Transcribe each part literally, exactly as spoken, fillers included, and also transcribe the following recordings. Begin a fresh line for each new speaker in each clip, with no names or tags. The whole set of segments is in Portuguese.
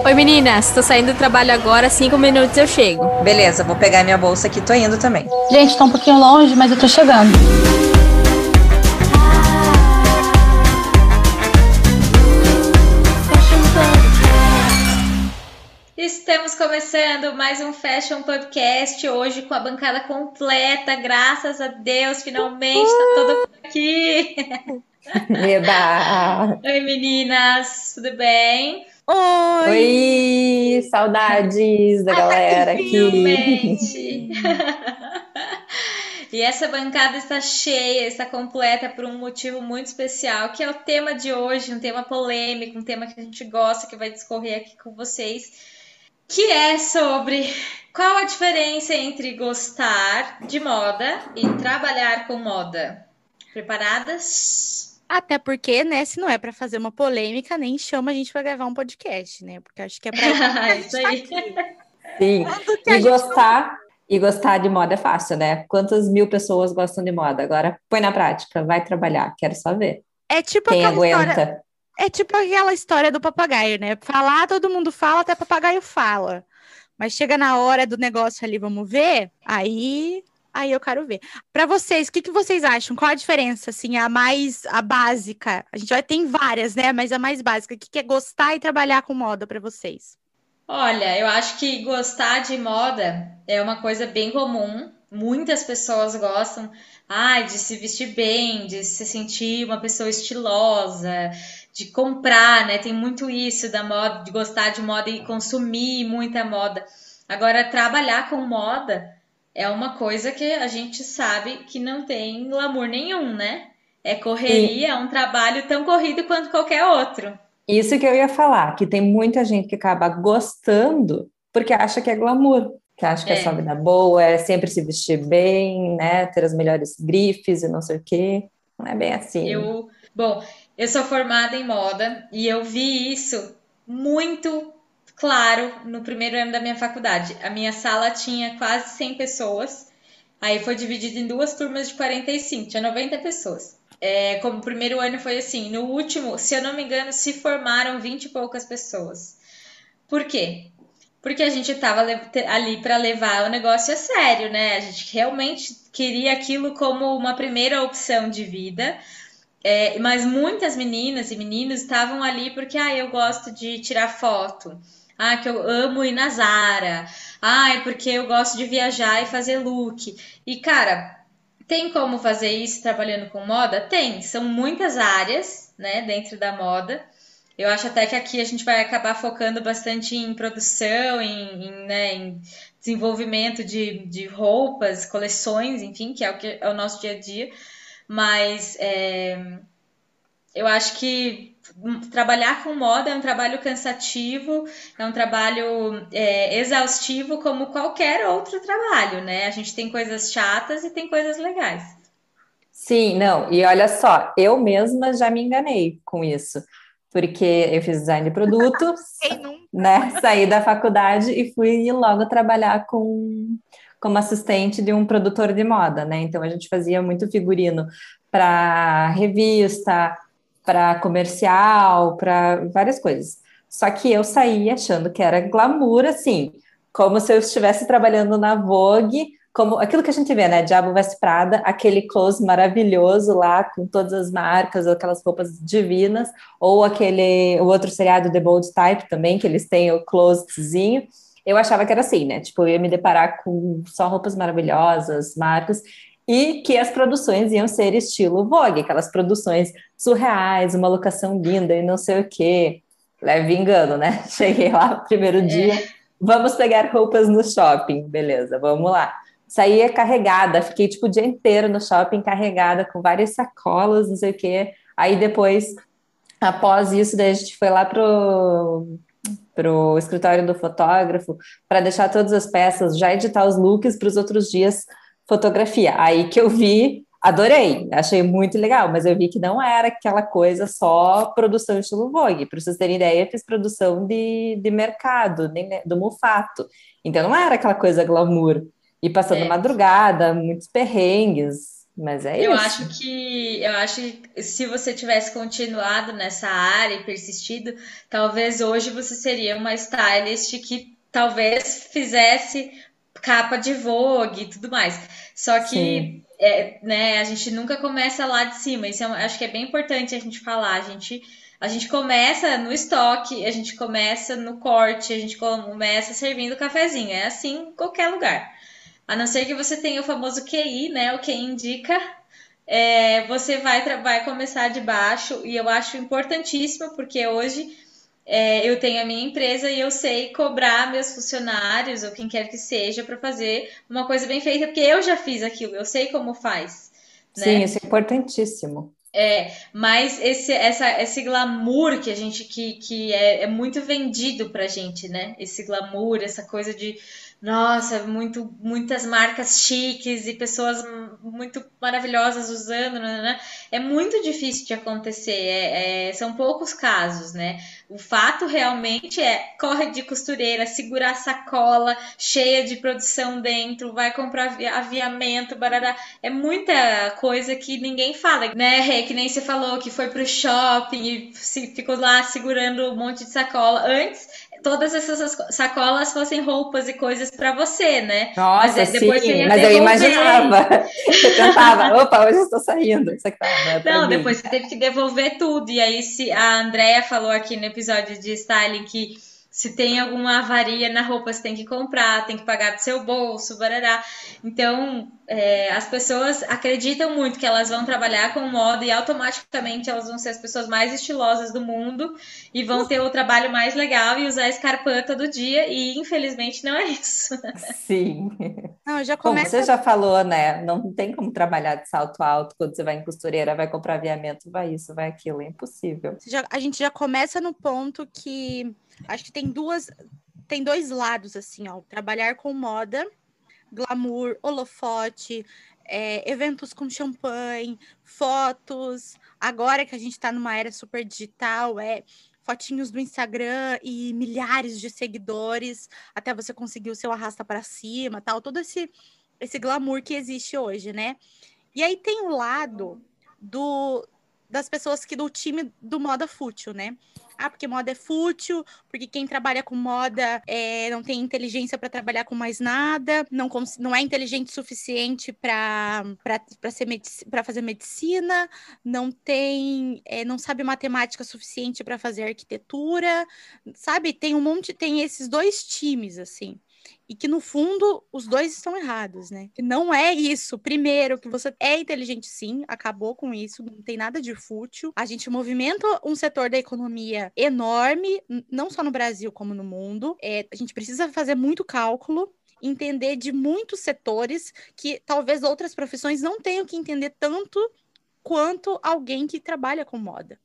Oi meninas, tô saindo do trabalho agora, cinco minutos eu chego.
Beleza, vou pegar minha bolsa aqui, tô indo também.
Gente, tá um pouquinho longe, mas eu tô chegando.
Estamos começando mais um Fashion Podcast, hoje com a bancada completa, graças a Deus, finalmente tá todo mundo aqui.
Eba!
Oi meninas, tudo bem?
Oi!
Oi, saudades da
Ah,
galera aqui.
Finalmente! E essa bancada está cheia, está completa por um motivo muito especial, que é o tema de hoje, um tema polêmico, um tema que a gente gosta, que vai discorrer aqui com vocês, que é sobre qual a diferença entre gostar de moda e trabalhar com moda. Preparadas?
Até porque, né, se não é pra fazer uma polêmica, nem chama a gente pra gravar um podcast, né? Porque acho que é pra isso que a gente
Isso
tá
aí.
aqui.
Sim,
Quando que a
e
gente
gostar, e gostar de moda é fácil, né? Quantas mil pessoas gostam de moda? Agora põe na prática, vai trabalhar, quero só ver.
É tipo
Quem
aquela história,
aguenta?
é tipo aquela história do papagaio, né? Falar, todo mundo fala, até papagaio fala. Mas chega na hora do negócio ali, vamos ver? Aí, aí eu quero ver. Pra vocês, o que que vocês acham? Qual a diferença, assim, a mais, a básica? A gente vai ter várias, né? Mas a mais básica, o que que é gostar e trabalhar com moda pra vocês?
Olha, eu acho que gostar de moda é uma coisa bem comum. Muitas pessoas gostam, ai, de se vestir bem, de se sentir uma pessoa estilosa, de comprar, né? Tem muito isso da moda, de gostar de moda e consumir muita moda. Agora, trabalhar com moda é uma coisa que a gente sabe que não tem glamour nenhum, né? É
Sim,
correria, é um trabalho tão corrido quanto qualquer outro.
isso que eu ia falar, que tem muita gente que acaba gostando porque acha que é glamour, que acha que é só
É.
vida boa, é sempre se vestir bem, né? Ter as melhores grifes e não sei o quê. Não é bem assim.
Eu, bom, eu sou formada em moda e eu vi isso muito claro no primeiro ano da minha faculdade. A minha sala tinha quase cem pessoas, aí foi dividido em duas turmas de quarenta e cinco, tinha noventa pessoas. É, como o primeiro ano foi assim, no último, se eu não me engano, se formaram vinte e poucas pessoas. Por quê? Porque a gente estava ali para levar o negócio a sério, né? A gente realmente queria aquilo como uma primeira opção de vida. É, mas muitas meninas e meninos estavam ali porque ah, eu gosto de tirar foto. Ah, que eu amo ir na Zara. Ah, é porque eu gosto de viajar e fazer look. E, cara, tem como fazer isso trabalhando com moda? Tem. São muitas áreas, né, dentro da moda. Eu acho até que aqui a gente vai acabar focando bastante em produção, em, em, né, em desenvolvimento de, de roupas, coleções, enfim, que é o que é o nosso dia a dia. Mas é, eu acho que trabalhar com moda é um trabalho cansativo, é um trabalho é, exaustivo como qualquer outro trabalho, né? A gente tem coisas chatas e tem coisas legais.
Sim, não, e olha só, eu mesma já me enganei com isso, porque eu fiz design de produtos,
Quem nunca?
né? Saí da faculdade e fui logo trabalhar com como assistente de um produtor de moda, né? Então a gente fazia muito figurino para revista, para comercial, para várias coisas. Só que eu saí achando que era glamour, assim, como se eu estivesse trabalhando na Vogue, como aquilo que a gente vê, né? Diabo Veste Prada, aquele close maravilhoso lá, com todas as marcas, aquelas roupas divinas, ou aquele, o outro seriado, The Bold Type também, que eles têm o closezinho. Eu achava que era assim, né? Tipo, eu ia me deparar com só roupas maravilhosas, marcas, e que as produções iam ser estilo Vogue, aquelas produções surreais, uma locação linda e não sei o quê. Leve engano, né? Cheguei lá no primeiro dia, vamos pegar roupas no shopping, beleza, vamos lá. Saía carregada, fiquei tipo o dia inteiro no shopping carregada com várias sacolas, não sei o quê. Aí depois, após isso, daí a gente foi lá pro, pro escritório do fotógrafo para deixar todas as peças, já editar os looks para os outros dias fotografia. Aí que eu vi, adorei, achei muito legal, mas eu vi que não era aquela coisa só produção estilo Vogue. Para vocês terem ideia, eu fiz produção de, de mercado, de, do Mufato. Então não era aquela coisa glamour. E passando
É.
madrugada, muitos perrengues. Mas é
Eu
isso.
acho que eu acho que se você tivesse continuado nessa área e persistido, talvez hoje você seria uma stylist que talvez fizesse capa de Vogue e tudo mais. Só
Sim,
que é, né, a gente nunca começa lá de cima. Isso é, um- acho que é bem importante a gente falar. A gente, a gente começa no estoque, a gente começa no corte, a gente começa servindo cafezinho. É assim em qualquer lugar. A não ser que você tenha o famoso Q I, né? O que indica é, você vai, vai começar de baixo e eu acho importantíssimo porque hoje é, eu tenho a minha empresa e eu sei cobrar meus funcionários ou quem quer que seja para fazer uma coisa bem feita, porque eu já fiz aquilo, eu sei como faz,
sim,
né?
isso é importantíssimo.
Mas esse, essa, esse glamour que a gente que, que é, é muito vendido pra gente, né? Esse glamour, essa coisa de nossa, muito, muitas marcas chiques e pessoas muito maravilhosas usando, né? né, É muito difícil de acontecer. É, é- são poucos casos, né? O fato realmente é corre de costureira, segurar a sacola cheia de produção dentro, vai comprar avi- aviamento, barará. É muita coisa que ninguém fala, né, Rê? Que nem você falou que foi pro shopping e se- ficou lá segurando um monte de sacola. Antes, todas essas sacolas fossem roupas e coisas para você, né? Mas
Nossa,
é, depois você
sim,
ia
mas eu
devolver.
imaginava, eu tentava, opa, hoje eu estou saindo, isso aqui tá, não é para
Não,
mim.
depois você teve que devolver tudo. E aí, se a Andrea falou aqui no episódio de styling que se tem alguma avaria na roupa, você tem que comprar, tem que pagar do seu bolso, barará. Então, é, as pessoas acreditam muito que elas vão trabalhar com moda e automaticamente elas vão ser as pessoas mais estilosas do mundo e vão ter o trabalho mais legal e usar escarpã todo dia. E infelizmente não é isso.
Sim.
Não, já
Bom, você
começa.
já falou, né? Não tem como trabalhar de salto alto quando você vai em costureira, vai comprar aviamento, vai isso, vai aquilo, é impossível.
Já- a gente já começa no ponto que acho que tem duas, tem dois lados assim, ó. Trabalhar com moda, glamour, holofote, é, eventos com champanhe, fotos. Agora que a gente está numa era super digital, é fotinhos do Instagram e milhares de seguidores até você conseguir o seu arrasta para cima, tal, todo esse esse glamour que existe hoje, né? E aí tem o lado do das pessoas que do time do moda fútil, né? Ah, porque moda é fútil, porque quem trabalha com moda é, não tem inteligência para trabalhar com mais nada, não, não é inteligente o suficiente para para fazer medicina, não tem, é, não sabe matemática suficiente para fazer arquitetura, sabe? Tem um monte, tem esses dois times assim. E que no fundo os dois estão errados, né? Que não é isso. Primeiro, que você é inteligente sim, acabou com isso, não tem nada de fútil. A gente movimenta um setor da economia enorme, não só no Brasil como no mundo. É, a gente precisa fazer muito cálculo, entender de muitos setores que talvez outras profissões não tenham que entender tanto quanto alguém que trabalha com moda.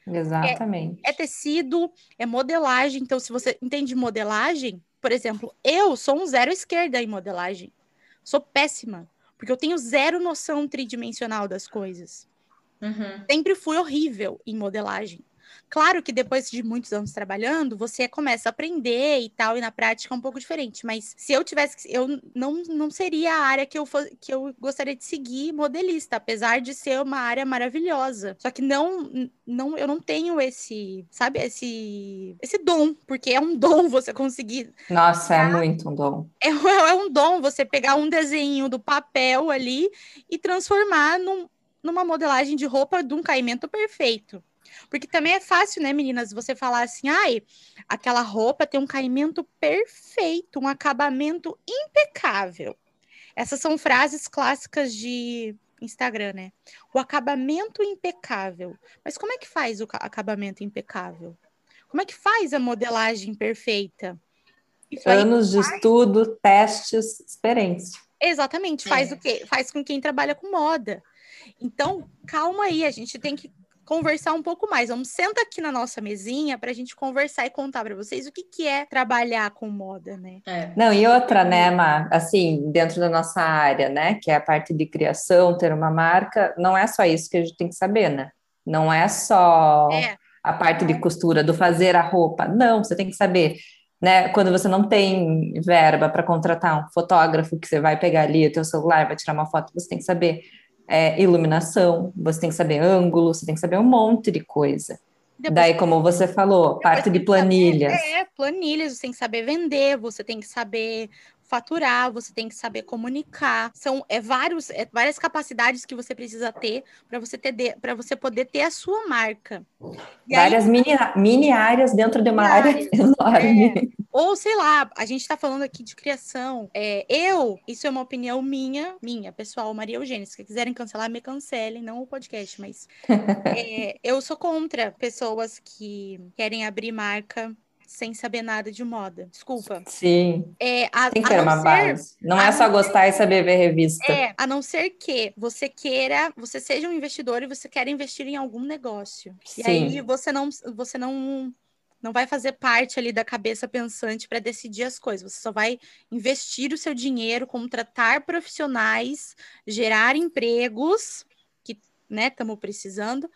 É, é
Exatamente.
tecido, é modelagem. Então, se você entende modelagem, por exemplo, eu sou um zero esquerda em modelagem. Sou péssima, porque eu tenho zero noção tridimensional das coisas.
Uhum.
Sempre fui horrível em modelagem. Claro que depois de muitos anos trabalhando, você começa a aprender e tal, e na prática é um pouco diferente. Mas se eu tivesse, eu não, não seria a área que eu, que eu gostaria de seguir modelista, apesar de ser uma área maravilhosa. Só que não, não, eu não tenho esse, sabe, esse, esse dom, porque é um dom você conseguir.
Nossa, é muito um dom.
É, é um dom você pegar um desenho do papel ali e transformar num, numa modelagem de roupa de um caimento perfeito. Porque também é fácil, né, meninas, você falar assim, ai, aquela roupa tem um caimento perfeito, um acabamento impecável. Essas são frases clássicas de Instagram, né? O acabamento impecável. Mas como é que faz o acabamento impecável? Como é que faz a modelagem perfeita? Isso aí
Anos de estudo, testes, experiência.
exatamente faz o
É.
quê? Faz com quem trabalha com moda. Então, calma aí, a gente tem que conversar um pouco mais. Vamos senta aqui na nossa mesinha para a gente conversar e contar para vocês o que, que é trabalhar com moda, né?
É.
Não, e outra, né, Má, assim, dentro da nossa área, né, que é a parte de criação, ter uma marca, não é só isso que a gente tem que saber, né? Não é só
É,
a parte de costura, do fazer a roupa. Não, você tem que saber, né, quando você não tem verba para contratar um fotógrafo que você vai pegar ali o teu celular, vai tirar uma foto, você tem que saber é, iluminação, você tem que saber ângulo, você tem que saber um monte de coisa.
Depois,
Daí, como você falou,
depois
parte
tem
de
que saber,
planilhas.
é, planilhas, você tem que saber vender, você tem que saber faturar, você tem que saber comunicar. São é, vários, é, várias capacidades que você precisa ter para você ter para você poder ter a sua marca. E aí,
Várias mini, mini áreas dentro de uma área
áreas,
enorme.
é. Ou, sei lá, a gente tá falando aqui de criação. É, eu, isso é uma opinião minha, minha, pessoal, Maria Eugênia. Se quiserem cancelar, me cancelem, não o podcast, mas é, eu sou contra pessoas que querem abrir marca sem saber nada de moda. Desculpa.
Sim,
É, a,
tem que
a
ter
não
uma
ser,
base. Não
a
é só
não ser,
gostar e saber ver revista.
é, a não ser que você queira, você seja um investidor e você quer investir em algum negócio. E aí
Sim.
você não, você não não vai fazer parte ali da cabeça pensante para decidir as coisas. Você só vai investir o seu dinheiro, contratar profissionais, gerar empregos, que, né, estamos precisando,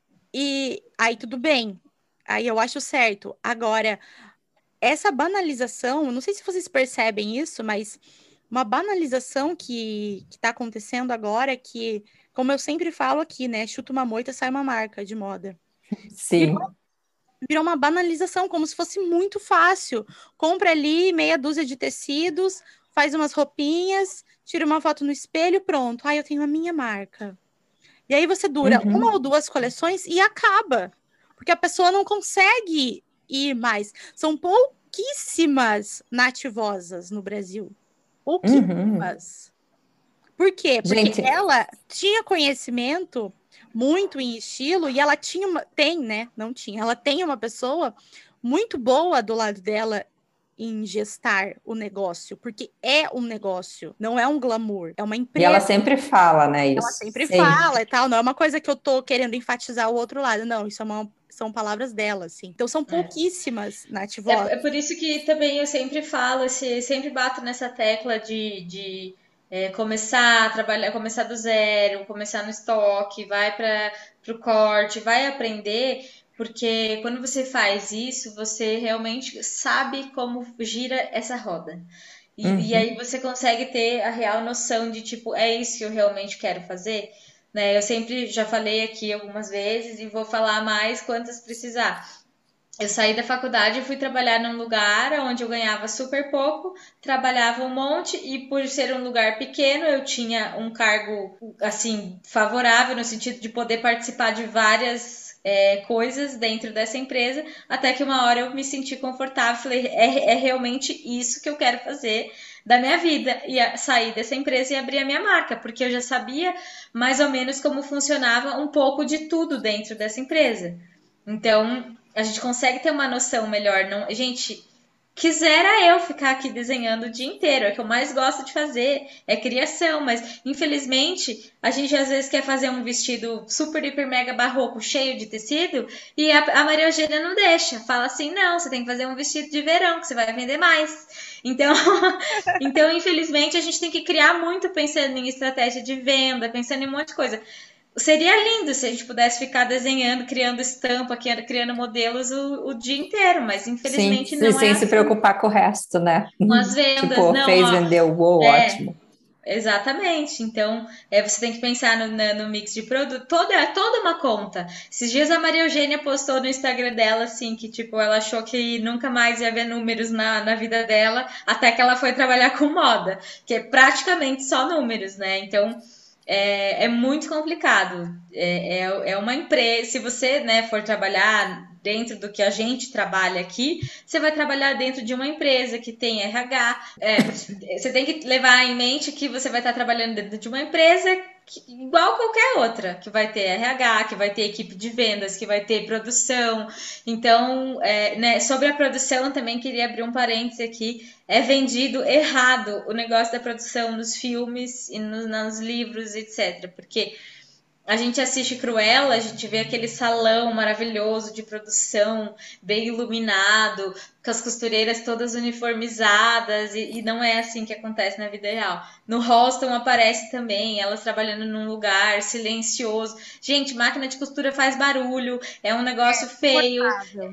e aí tudo bem. Aí eu acho certo. Agora, essa banalização, não sei se vocês percebem isso, mas uma banalização que está acontecendo agora é que, como eu sempre falo aqui, né, chuta uma moita, sai uma marca de moda.
Sim.
Virou uma banalização, como se fosse muito fácil. Compra ali meia dúzia de tecidos, faz umas roupinhas, tira uma foto no espelho, pronto. Ah, eu tenho a minha marca. E aí você dura
Uhum.
uma ou duas coleções e acaba. Porque a pessoa não consegue ir mais. São pouquíssimas nativosas no Brasil. Pouquíssimas.
Uhum.
Por quê? Porque
Gente,
ela tinha conhecimento muito em estilo e ela tinha uma, tem, né? Não tinha. Ela tem uma pessoa muito boa do lado dela em gestar o negócio, porque é um negócio, não é um glamour, é uma
e ela
empresa.
sempre fala, né,
Ela
isso.
sempre
Sempre.
fala e tal, não é uma coisa que eu tô querendo enfatizar o outro lado, não, isso é uma, são palavras dela, assim. Então são pouquíssimas nativosas.
É, é por isso que também eu sempre falo, esse, sempre bato nessa tecla de, de é, começar a trabalhar, começar do zero, começar no estoque, vai para o corte, vai aprender, porque quando você faz isso, você realmente sabe como gira essa roda. E,
Uhum.
e aí você consegue ter a real noção de tipo, é isso que eu realmente quero fazer? Né? Eu sempre já falei aqui algumas vezes e vou falar mais quantas precisar. Eu saí da faculdade e fui trabalhar num lugar onde eu ganhava super pouco, trabalhava um monte e por ser um lugar pequeno eu tinha um cargo assim favorável no sentido de poder participar de várias é, coisas dentro dessa empresa, até que uma hora eu me senti confortável, falei é, é realmente isso que eu quero fazer da minha vida e sair dessa empresa e abrir a minha marca, porque eu já sabia mais ou menos como funcionava um pouco de tudo dentro dessa empresa. Então, a gente consegue ter uma noção melhor. Não, gente, quisera eu ficar aqui desenhando o dia inteiro. É o que eu mais gosto de fazer, é criação. Mas, infelizmente, a gente às vezes quer fazer um vestido super, hiper, mega barroco, cheio de tecido, e a, a Maria Eugênia não deixa. Fala assim, não, você tem que fazer um vestido de verão, que você vai vender mais. Então, então, infelizmente, a gente tem que criar muito pensando em estratégia de venda, pensando em um monte de coisa. Seria lindo se a gente pudesse ficar desenhando, criando estampa, criando modelos o, o dia inteiro, mas
Sim,
infelizmente
se-
não é
sem se
assim.
preocupar com o resto, né?
Com as vendas,
Tipo,
não,
fez,
ó.
vendeu, uou,
É,
ótimo.
exatamente. Então, é, você tem que pensar no, na- no mix de produto. Toda, é toda uma conta. Esses dias a Maria Eugênia postou no Instagram dela, assim, que tipo, ela achou que nunca mais ia ver números na, na vida dela, até que ela foi trabalhar com moda, que é praticamente só números, né? Então. É, é muito complicado. É, é, é uma empresa. Se você, né, for trabalhar dentro do que a gente trabalha aqui, você vai trabalhar dentro de uma empresa que tem R H. É, você tem que levar em mente que você vai estar trabalhando dentro de uma empresa que, igual qualquer outra, que vai ter R H, que vai ter equipe de vendas, que vai ter produção. Então, é, né, sobre a produção, também queria abrir um parêntese aqui. É vendido errado o negócio da produção nos filmes e no, nos livros, etcétera. Porque a gente assiste Cruella, a gente vê aquele salão maravilhoso de produção, bem iluminado, com as costureiras todas uniformizadas, e, e não é assim que acontece na vida real. No Halston aparece também, elas trabalhando num lugar silencioso. Gente, máquina de costura faz barulho, é um negócio feio,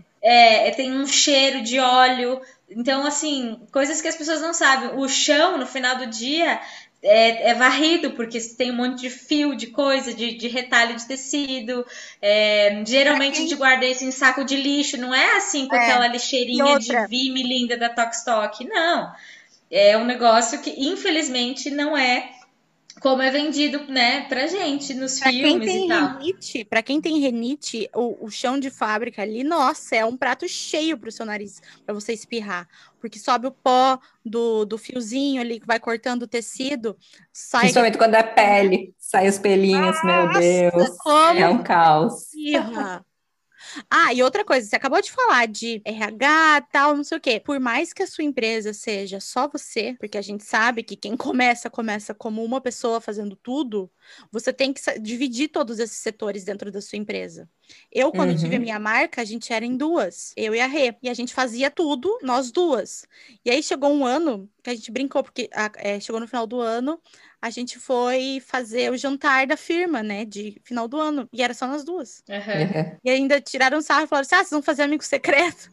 é, tem um cheiro de óleo. Então, assim, coisas que as pessoas não sabem. O chão, no final do dia, é, é varrido, porque tem um monte de fio, de coisa, de, de retalho de tecido. É, geralmente a gente guarda isso em saco de lixo, não é assim com
É.
aquela
E
lixeirinha de
outra,
Vime linda da Tokstok, não. É um negócio que, infelizmente, não é como é vendido, né, pra gente nos
Pra quem
filmes e
tem
tal.
renite, para quem tem renite, o, o chão de fábrica ali, nossa, é um prato cheio pro seu nariz, pra você espirrar. Porque sobe o pó do, do fiozinho ali que vai cortando o tecido, sai aquele...
Principalmente quando é pele, sai os pelinhos, meu Deus.
como
É um caos.
espirra. Ah, e outra coisa, você acabou de falar de R H, tal, não sei o quê. Por mais que a sua empresa seja só você, porque a gente sabe que quem começa, começa como uma pessoa fazendo tudo, você tem que sa- dividir todos esses setores dentro da sua empresa. Eu, quando tive a
Uhum.
minha marca, a gente era em duas, eu e a Rê, e a gente fazia tudo, nós duas. E aí chegou um ano que a gente brincou, porque a- é, chegou no final do ano, a gente foi fazer o jantar da firma, né, de final do ano, e era só nós duas.
Aham.
E ainda tiraram sarro e falaram assim: ah, vocês vão fazer amigo secreto?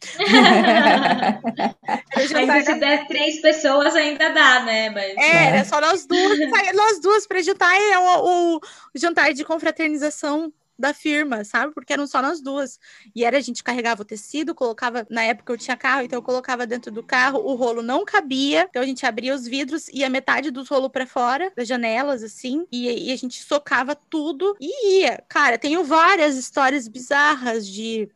Era o
Ainda
jantar
se
da...
der três pessoas, ainda dá, né? Mas.
Era
Né?
só nós duas, saía nós duas para jantar, e é o, o, o jantar de confraternização da firma, sabe? Porque eram só nós duas. E era, a gente carregava o tecido, colocava, na época eu tinha carro, então eu colocava dentro do carro, o rolo não cabia, então a gente abria os vidros, ia metade dos rolos para fora, das janelas, assim, e, e a gente socava tudo e ia. Cara, tenho várias histórias bizarras de...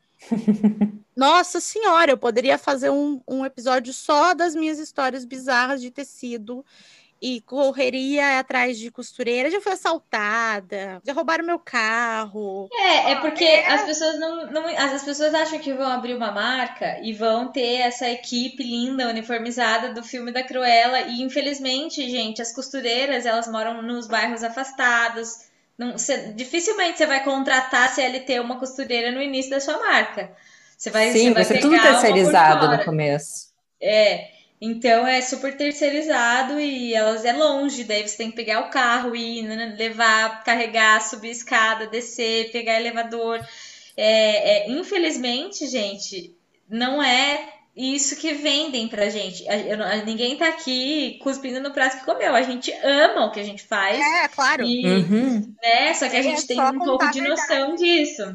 Nossa senhora, eu poderia fazer um, um episódio só das minhas histórias bizarras de tecido e correria atrás de costureira. Já fui assaltada, já roubaram meu carro.
É, é porque as pessoas não, não. As pessoas acham que vão abrir uma marca e vão ter essa equipe linda, uniformizada do filme da Cruella. E infelizmente, gente, as costureiras, elas moram nos bairros afastados. Não, cê- dificilmente você vai contratar C L T uma costureira no início da sua marca. Você vai, você
Sim, vai
vai
ser tudo
pegar uma por
terceirizado no
fora.
começo.
É, então é super terceirizado e elas é longe, daí você tem que pegar o carro, ir, né, levar, carregar, subir escada, descer, pegar elevador. É, é, infelizmente, gente, não é isso que vendem pra gente. A- eu não- a- ninguém tá aqui cuspindo no prato que comeu. A gente ama o que a gente faz
É, claro.
e,
Uhum.
né, só que a
É
gente tem
só
um pouco
contar a
de noção
verdade.
disso.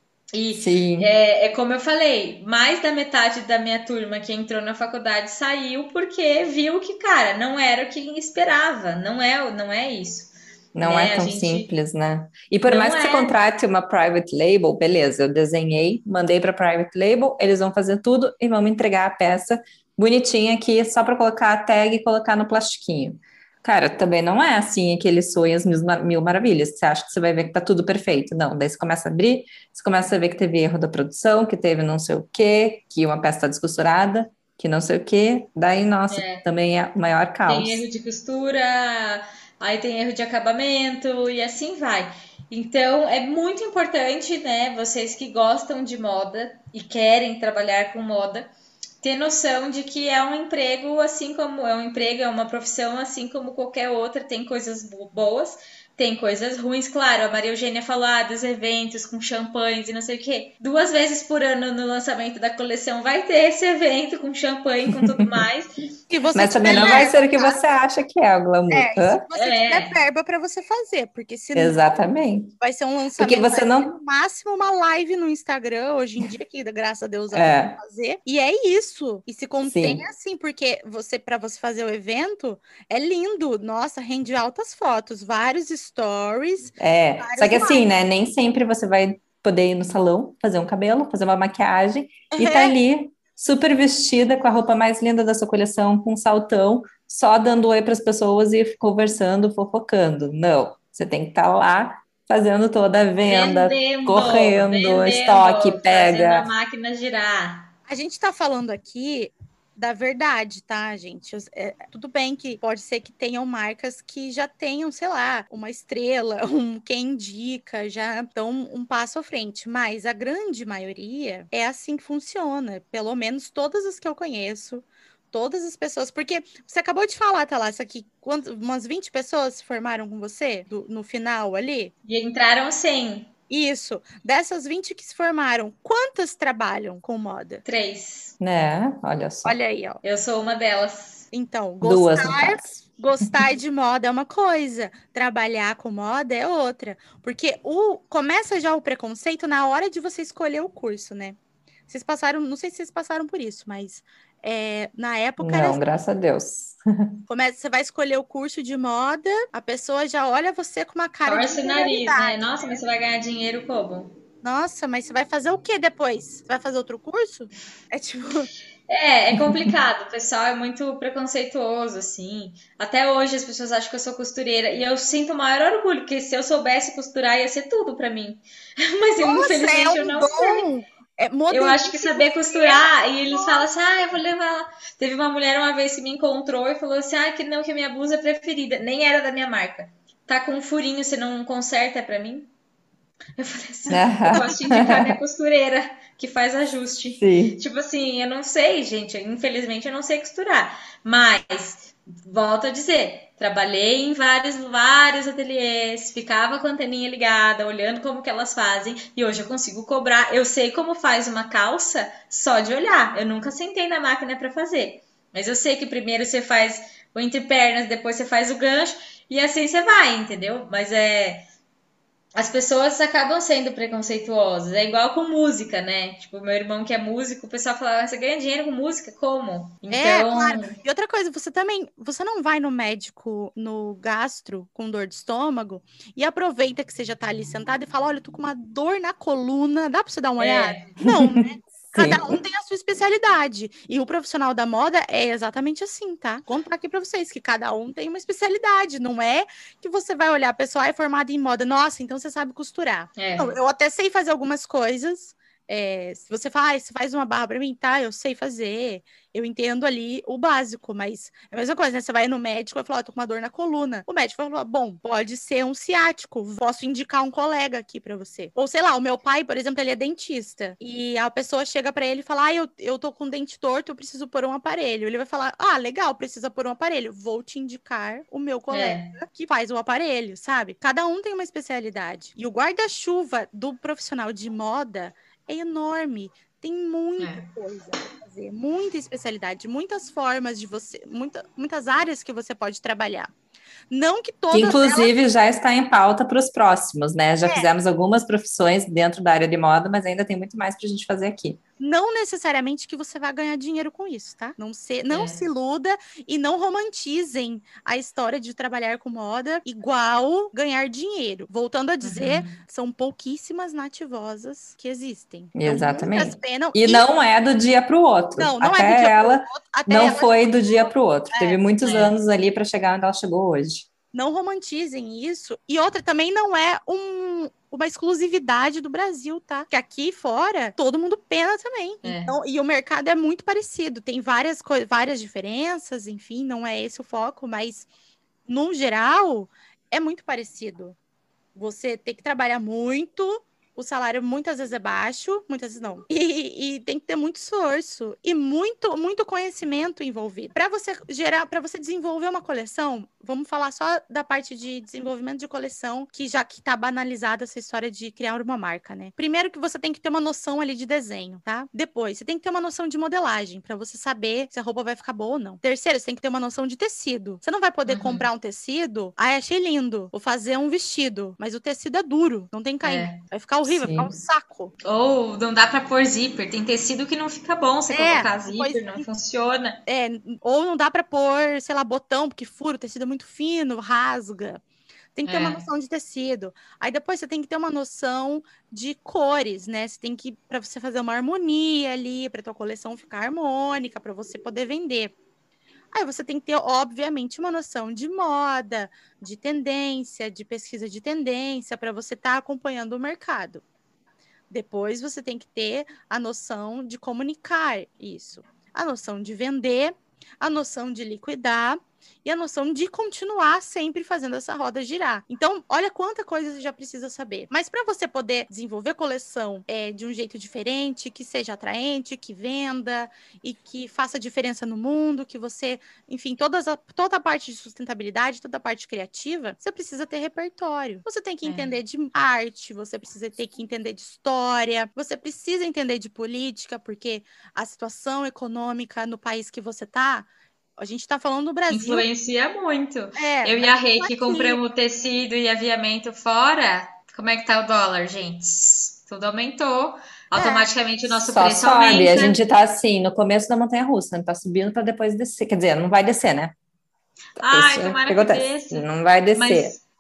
E
Sim.
é, é como eu falei, mais da metade da minha turma que entrou na faculdade saiu porque viu que, cara, não era o que esperava, não é, não é isso,
Não é
né? A
tão
gente
simples, né? E por
não
mais que você
é.
contrate uma private label, beleza, eu desenhei, mandei para private label, eles vão fazer tudo e vão me entregar a peça bonitinha aqui, só para colocar a tag e colocar no plastiquinho. Cara, também não é assim aqueles sonhos mil, mar- mil maravilhas, que você acha que você vai ver que tá tudo perfeito. Não, daí você começa a abrir, você começa a ver que teve erro da produção, que teve não sei o quê, que uma peça tá descosturada, que não sei o quê. Daí, nossa, também é o maior
Tem erro
caos.
de costura, aí tem erro de acabamento e assim vai. Então é muito importante, né, vocês que gostam de moda e querem trabalhar com moda, ter noção de que é um emprego assim como é um emprego, é uma profissão assim como qualquer outra, tem coisas bo- boas, tem coisas ruins, claro. A Maria Eugênia falou ah, dos eventos com champanhes e não sei o quê. Duas vezes por ano no lançamento da coleção vai ter esse evento com champanhe, com tudo mais.
Se você
Mas também
tiver
não vai
verba,
ser o que
tá?
você acha que é o glamour.
É, e se
Hã?
você tiver
É,
verba para você fazer, porque senão
Exatamente.
vai ser um
Porque
lançamento, vai
você
ser
não.
no máximo uma live no Instagram, hoje em dia, que graças a Deus dá pra
É,
fazer. E é isso. E se contém
sim.
assim, porque você, para você fazer o evento, é lindo. Nossa, rende altas fotos, vários stories,
É. Só
vários
que assim,
likes.
né? Nem sempre você vai poder ir no salão, fazer um cabelo, fazer uma maquiagem e tá
É,
ali super vestida com a roupa mais linda da sua coleção, com um saltão, só dando oi para as pessoas e conversando, fofocando. Não. Você tem que estar lá fazendo toda a venda,
vendendo,
correndo, estoque,
vendendo, fazendo a
pega.
máquina girar.
a gente tá falando aqui da verdade, tá, gente? Os- é, tudo bem que pode ser que tenham marcas que já tenham, sei lá, uma estrela, um quem indica, já estão um passo à frente, mas a grande maioria é assim que funciona, pelo menos todas as que eu conheço, todas as pessoas, porque você acabou de falar, tá lá, isso aqui, quanto- umas vinte pessoas se formaram com você do- no final ali?
E entraram cem,
Isso, dessas vinte que se formaram, quantas trabalham com moda?
três.
Né? Olha só.
Olha aí, ó.
Eu sou uma delas.
Então,
Duas, no
gostar
caso.
Gostar de moda é uma coisa, trabalhar com moda é outra. Porque o começa já o preconceito na hora de você escolher o curso, né? Vocês passaram, não sei se vocês passaram por isso, mas é, na época era
Não,
assim,
graças a Deus.
começa, você vai escolher o curso de moda, a pessoa já olha você com uma cara de
Torce o nariz, né?
inferioridade.
Nossa, mas você vai ganhar dinheiro como?
Nossa, mas você vai fazer o que depois? Você vai fazer outro curso? É tipo,
É, é complicado. O pessoal é muito preconceituoso, assim. Até hoje as pessoas acham que eu sou costureira. E eu sinto o maior orgulho, porque se eu soubesse costurar, ia ser tudo pra mim. Mas eu,
nossa, é
infelizmente eu
um
não sei.
dom. É
Eu acho que
modelista
saber costurar, e eles falam assim, ah, eu vou levar lá. Teve uma mulher uma vez que me encontrou e falou assim, ah, que não, que a minha blusa é preferida. Nem era da minha marca. Tá com um furinho, você não conserta pra mim? Eu falei assim, eu posso te indicar minha costureira, que faz ajuste.
Sim.
Tipo assim, eu não sei, gente, infelizmente eu não sei costurar. Mas, volto a dizer, trabalhei em vários, vários ateliês, ficava com a anteninha ligada, olhando como que elas fazem, e hoje eu consigo cobrar. Eu sei como faz uma calça só de olhar. Eu nunca sentei na máquina para fazer. Mas eu sei que primeiro você faz o entre pernas, depois você faz o gancho, e assim você vai, entendeu? Mas é as pessoas acabam sendo preconceituosas. É igual com música, né? Tipo, meu irmão que é músico, o pessoal fala, "Ah, você ganha dinheiro com música? Como?"
é,
Então,
claro. E outra coisa, você também, você não vai no médico, no gastro, com dor de estômago, e aproveita que você já tá ali sentado e fala, olha, eu tô com uma dor na coluna, dá pra você dar uma olhada?
é,
Não, né? Cada um
Sim.
tem a sua especialidade. E o profissional da moda é exatamente assim, tá? Vou contar aqui pra vocês que cada um tem uma especialidade. Não é que você vai olhar, a pessoa é formada em moda, nossa, então você sabe costurar. Não,
é,
eu até sei fazer algumas coisas. É, se você faz, você faz uma barra pra mim, tá? Eu sei fazer. Eu entendo ali o básico, mas é a mesma coisa, né? Você vai no médico e fala, ó, tô com uma dor na coluna. O médico vai falar, bom, pode ser um ciático, posso indicar um colega aqui pra você. Ou sei lá, o meu pai, por exemplo, ele é dentista. E a pessoa chega pra ele e fala, ah, eu, eu tô com o dente torto, eu preciso pôr um aparelho. Ele vai falar, ah, legal, precisa pôr um aparelho. Vou te indicar o meu colega
é,
que faz o aparelho, sabe? Cada um tem uma especialidade. E o guarda-chuva do profissional de moda é enorme. Tem muita
é.
coisa para fazer, muita especialidade, muitas formas de você, muita, muitas áreas que você pode trabalhar. Não que
Que
todas elas.
inclusive já está em pauta para os próximos, né? Já
É,
fizemos algumas profissões dentro da área de moda, mas ainda tem muito mais para a gente fazer aqui.
não necessariamente que você vai ganhar dinheiro com isso, tá? Não se, não se
É.
iluda e não romantizem a história de trabalhar com moda igual ganhar dinheiro. Voltando a dizer,
Uhum.
são pouquíssimas nativosas que existem. Então, muitas
Exatamente.
penam
E
e
não é do dia para o outro.
não, não é do
Até
dia para o
ela
outro, até
não
ela
foi do dia para o outro. Teve
é,
muitos
É.
anos ali para chegar onde ela chegou hoje.
não romantizem isso. E outra também não é um, uma exclusividade do Brasil, tá? Que aqui fora todo mundo pena também.
É.
Então, e o mercado é muito parecido. Tem várias coisas, várias diferenças, enfim, não é esse o foco, mas no geral é muito parecido. Você tem que trabalhar muito, o salário muitas vezes é baixo, muitas vezes não. E, e tem que ter muito esforço e muito, muito conhecimento envolvido. Para você gerar, para você desenvolver uma coleção, vamos falar só da parte de desenvolvimento de coleção, que já que tá banalizada essa história de criar uma marca, né? Primeiro que você tem que ter uma noção ali de desenho, tá? Depois, você tem que ter uma noção de modelagem, para você saber se a roupa vai ficar boa ou não. Terceiro, você tem que ter uma noção de tecido. Você não vai poder
Uhum.
comprar um tecido, ah, achei lindo, vou fazer um vestido, mas o tecido é duro, não tem caimento.
É.
Vai ficar horrível, vai ficar um
Sim.
saco.
Ou não dá pra pôr zíper. Tem tecido que não fica bom você
É,
colocar
depois,
zíper, não funciona.
é, ou não dá para pôr, sei lá, botão, porque fura, o tecido é muito fino, rasga. Tem que ter uma
É.
noção de tecido. Aí depois você tem que ter uma noção de cores, né? Você tem que, para você fazer uma harmonia ali, para tua coleção ficar harmônica, para você poder vender. Aí você tem que ter, obviamente, uma noção de moda, de tendência, de pesquisa de tendência, para você estar acompanhando o mercado. Depois você tem que ter a noção de comunicar isso, a noção de vender, a noção de liquidar e a noção de continuar sempre fazendo essa roda girar. Então, olha quanta coisa você já precisa saber. Mas para você poder desenvolver coleção é, de um jeito diferente, que seja atraente, que venda e que faça diferença no mundo, que você, enfim, todas a, toda a parte de sustentabilidade, toda a parte criativa, você precisa ter repertório. Você tem que
É.
entender de arte, você precisa ter que entender de história, você precisa entender de política, porque a situação econômica no país que você tá A gente tá falando do Brasil.
Influencia muito.
É,
Eu e a
Brasil
Rei
tá
que
aqui.
compramos tecido e aviamento fora, como é que tá o dólar, gente? Tudo aumentou. Automaticamente o nosso
Só
preço
sobe, a
aumenta.
gente tá assim, no começo da montanha-russa, não tá subindo para depois descer. Quer dizer, não vai descer, né? Isso
Ai,
é o que
tomara que
acontece.
desça.
Não vai descer.
Mas,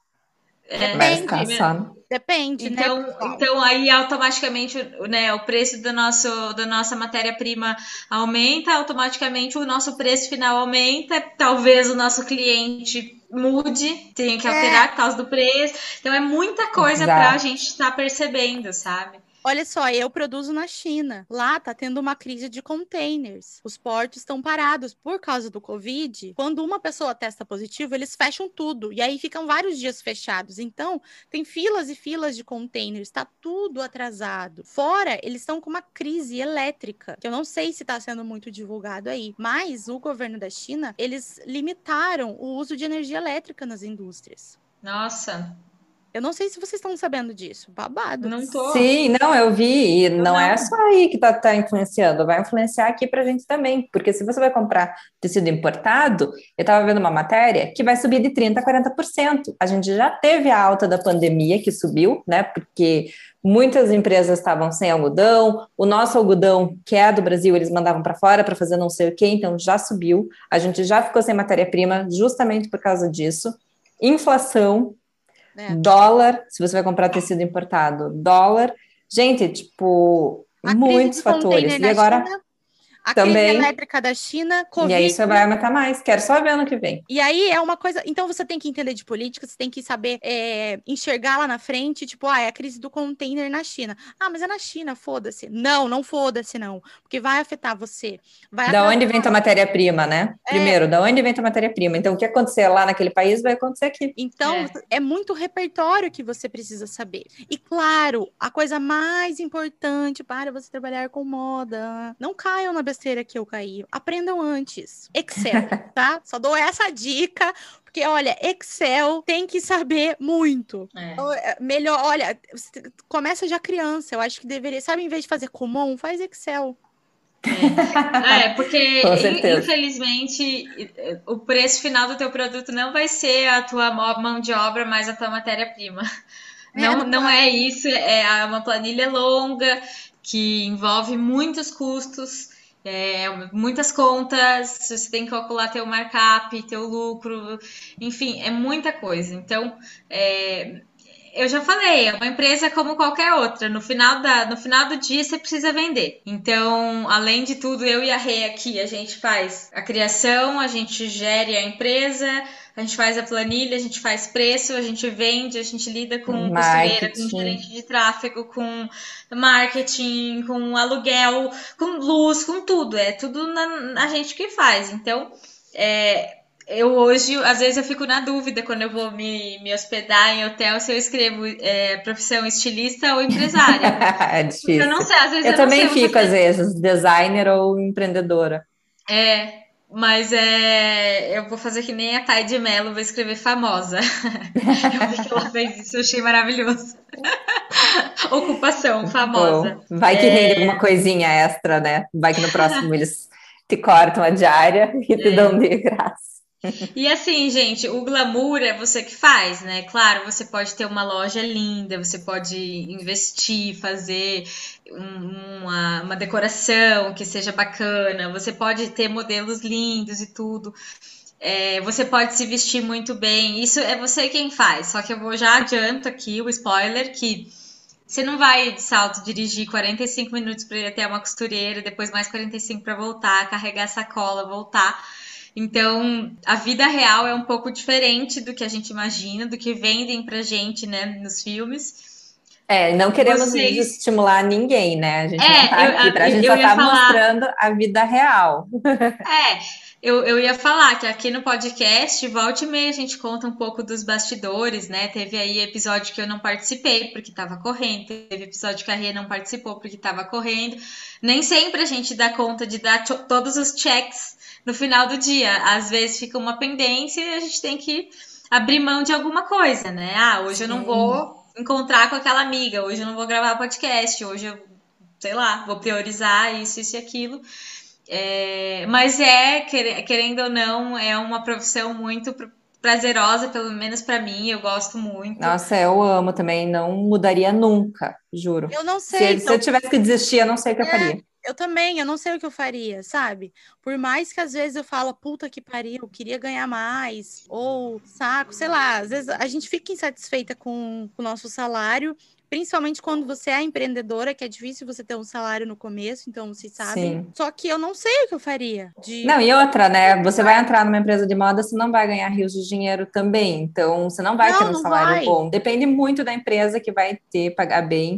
é,
Vai ficar
Depende,
só.
depende, né,
Então,
pessoal?
então aí automaticamente, né, o preço do nosso, da nossa matéria-prima aumenta, automaticamente o nosso preço final aumenta, talvez o nosso cliente mude, tenha que alterar
É,
por causa do preço. Então é muita coisa para a
Exato.
gente estar percebendo, sabe?
olha só, eu produzo na China. Lá tá tendo uma crise de containers. Os portos estão parados por causa do Covid. Quando uma pessoa testa positivo, eles fecham tudo. E aí ficam vários dias fechados. Então, tem filas e filas de containers. Tá tudo atrasado. Fora, eles estão com uma crise elétrica, que eu não sei se está sendo muito divulgado aí. Mas o governo da China, eles limitaram o uso de energia elétrica nas indústrias.
Nossa,
Eu não sei se vocês estão sabendo disso. Babado.
não tô.
Sim, não, eu vi, e
Eu
não é
não.
só aí que tá, tá influenciando, vai influenciar aqui pra gente também, porque se você vai comprar tecido importado, eu tava vendo uma matéria que vai subir de trinta a quarenta por cento. A gente já teve a alta da pandemia que subiu, né? Porque muitas empresas estavam sem algodão, o nosso algodão, que é do Brasil, eles mandavam para fora para fazer não sei o quê, então já subiu. A gente já ficou sem matéria-prima justamente por causa disso. Inflação.
É.
Dólar, se você vai comprar tecido importado, dólar. Gente, tipo,
A crise
muitos
de container
fatores. E
na
agora
China, a crise
também,
elétrica da China,
e aí
Covid.
isso vai aumentar mais. Quero só ver ano que vem.
E aí é uma coisa. Então você tem que entender de política, você tem que saber é, enxergar lá na frente, tipo, ah, é a crise do container na China. Ah, mas é na China, foda-se. Não, não foda-se, não. Porque vai afetar você. Vai
Da
atrasar.
onde vem tua matéria-prima, né?
É,
Primeiro, da onde vem tua matéria-prima? Então, o que acontecer lá naquele país vai acontecer aqui.
então,
É.
é muito repertório que você precisa saber. E claro, a coisa mais importante para você trabalhar com moda, não caiam na besteira que eu caí. Aprendam antes. Excel, tá? Só dou essa dica, porque olha, Excel tem que saber muito.
É.
Então, é melhor, olha, você começa já criança. Eu acho que deveria, sabe, em vez de fazer Kumon, faz Excel.
É, é, porque
Com
in-
certeza.
infelizmente o preço final do teu produto não vai ser a tua mo- mão de obra mais a tua matéria-prima.
É,
Não,
não
não
vai.
é isso, é uma planilha longa que envolve muitos custos, é, muitas contas, você tem que calcular teu markup, teu lucro, enfim, é muita coisa. Então, é, eu já falei, é uma empresa como qualquer outra. No final, da, no final do dia, você precisa vender. Então, além de tudo, eu e a Rê aqui, a gente faz a criação, a gente gere a empresa, a gente faz a planilha, a gente faz preço, a gente vende, a gente lida com costureira, com
Marketing.
gerente de tráfego, com marketing, com aluguel, com luz, com tudo. É tudo na, a gente que faz. Então, é, eu hoje, às vezes, eu fico na dúvida quando eu vou me, me hospedar em hotel se eu escrevo é, profissão estilista ou empresária.
É
Porque eu não
difícil.
sei, às vezes
Eu
eu não
também
sei, você
fico, às
faz.
vezes, designer ou empreendedora.
É, mas é, eu vou fazer que nem a Thay de Mello, vou escrever famosa. Eu vi que ela fez isso, eu achei maravilhoso. Ocupação, famosa.
Bom, vai que rende alguma coisinha extra, né? Vai que no próximo eles te cortam a diária e te dão de graça.
E assim, gente, o glamour é você que faz, né? Claro, você pode ter uma loja linda, você pode investir, fazer um- uma, uma decoração que seja bacana, você pode ter modelos lindos e tudo. É, você pode se vestir muito bem, isso é você quem faz. Só que eu vou já adianto aqui o spoiler que você não vai de salto dirigir quarenta e cinco minutos para ir até uma costureira, depois mais quarenta e cinco para voltar, carregar a sacola, voltar. Então, a vida real é um pouco diferente do que a gente imagina, do que vendem pra gente, né, nos filmes.
É, não queremos
Vocês.
estimular ninguém, né? A gente não
É,
tá
eu,
aqui pra, a
eu,
gente
eu
só
ia
tá
falar.
mostrando a vida real.
É, eu, eu ia falar que aqui no podcast, volta e meia, a gente conta um pouco dos bastidores, né? Teve aí episódio que eu não participei porque tava correndo, teve episódio que a Rê não participou porque tava correndo. Nem sempre a gente dá conta de dar to- todos os checks no final do dia. Às vezes fica uma pendência e a gente tem que abrir mão de alguma coisa, né? Ah, hoje eu não
Sim.
vou encontrar com aquela amiga, hoje eu não vou gravar podcast, hoje eu, sei lá, vou priorizar isso, isso e aquilo. É, mas é, querendo ou não, é uma profissão muito prazerosa, pelo menos para mim, eu gosto muito.
Nossa, eu amo também, não mudaria nunca, juro.
Eu não
Se,
sei,
se eu tivesse que desistir, eu não sei o que eu
é,
faria.
eu também, eu não sei o que eu faria, sabe? Por mais que às vezes eu falo, puta que pariu, eu queria ganhar mais, ou saco, sei lá, às vezes a gente fica insatisfeita com o nosso salário, principalmente quando você é empreendedora, que é difícil você ter um salário no começo, então vocês sabem.
Sim.
Só que eu não sei o que eu faria. De...
Não, e outra, né? Você vai entrar numa empresa de moda, você não vai ganhar rios de dinheiro também. Então, você não vai
Não,
ter um
não
salário
vai.
bom. Depende muito da empresa que vai ter, pagar bem.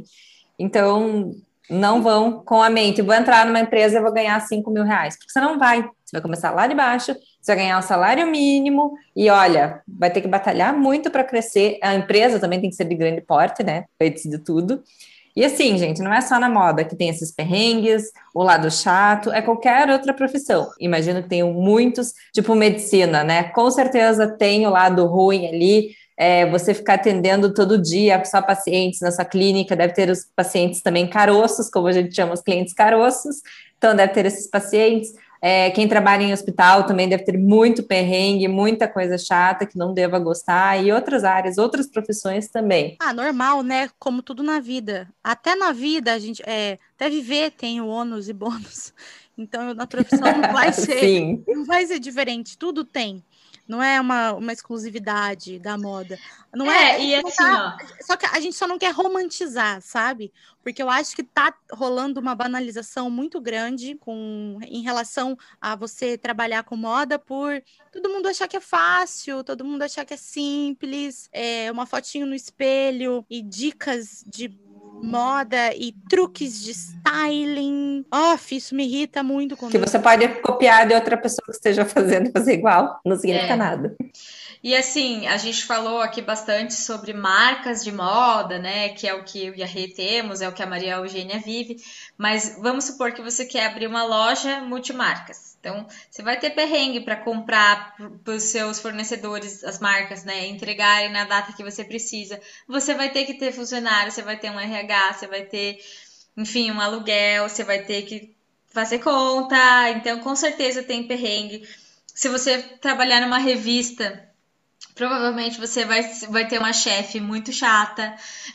Então, não vão com a mente, vou entrar numa empresa e vou ganhar cinco mil reais. Porque você não vai. Você vai começar lá de baixo, você vai ganhar um salário mínimo e, olha, vai ter que batalhar muito para crescer. A empresa também tem que ser de grande porte, né? Vai decidir tudo. E assim, gente, não é só na moda que tem esses perrengues, o lado chato, é qualquer outra profissão. Imagino que tenham muitos, tipo medicina, né? Com certeza tem o lado ruim ali, é, você ficar atendendo todo dia só pacientes na sua clínica, deve ter os pacientes também caroços, como a gente chama os clientes caroços, então deve ter esses pacientes. É, quem trabalha em hospital também deve ter muito perrengue, muita coisa chata que não deva gostar, e outras áreas, outras profissões também.
Ah, normal, né? Como tudo na vida. Até na vida, a gente, é, até viver tem o ônus e bônus. Então, na profissão não vai ser,
Sim.
não vai ser diferente. Tudo tem. Não é uma, uma exclusividade da moda. Não é,
É, e assim,
tá,
ó.
só que a gente só não quer romantizar, sabe? Porque eu acho que tá rolando uma banalização muito grande com, em relação a você trabalhar com moda por todo mundo achar que é fácil, todo mundo achar que é simples, é uma fotinho no espelho e dicas de moda e truques de styling. Oh, isso me irrita muito quando
Que você pode copiar de outra pessoa que esteja fazendo, fazer igual, não significa
É.
nada.
E assim, a gente falou aqui bastante sobre marcas de moda, né? Que é o que eu e a Rê temos, é o que a Maria Eugênia vive. Mas vamos supor que você quer abrir uma loja multimarcas. Então, você vai ter perrengue para comprar para os seus fornecedores as marcas, né? Entregarem na data que você precisa. Você vai ter que ter funcionário, você vai ter um R H, você vai ter, enfim, um aluguel, você vai ter que fazer conta. Então, com certeza tem perrengue. Se você trabalhar numa revista, provavelmente você vai, vai ter uma chefe muito chata.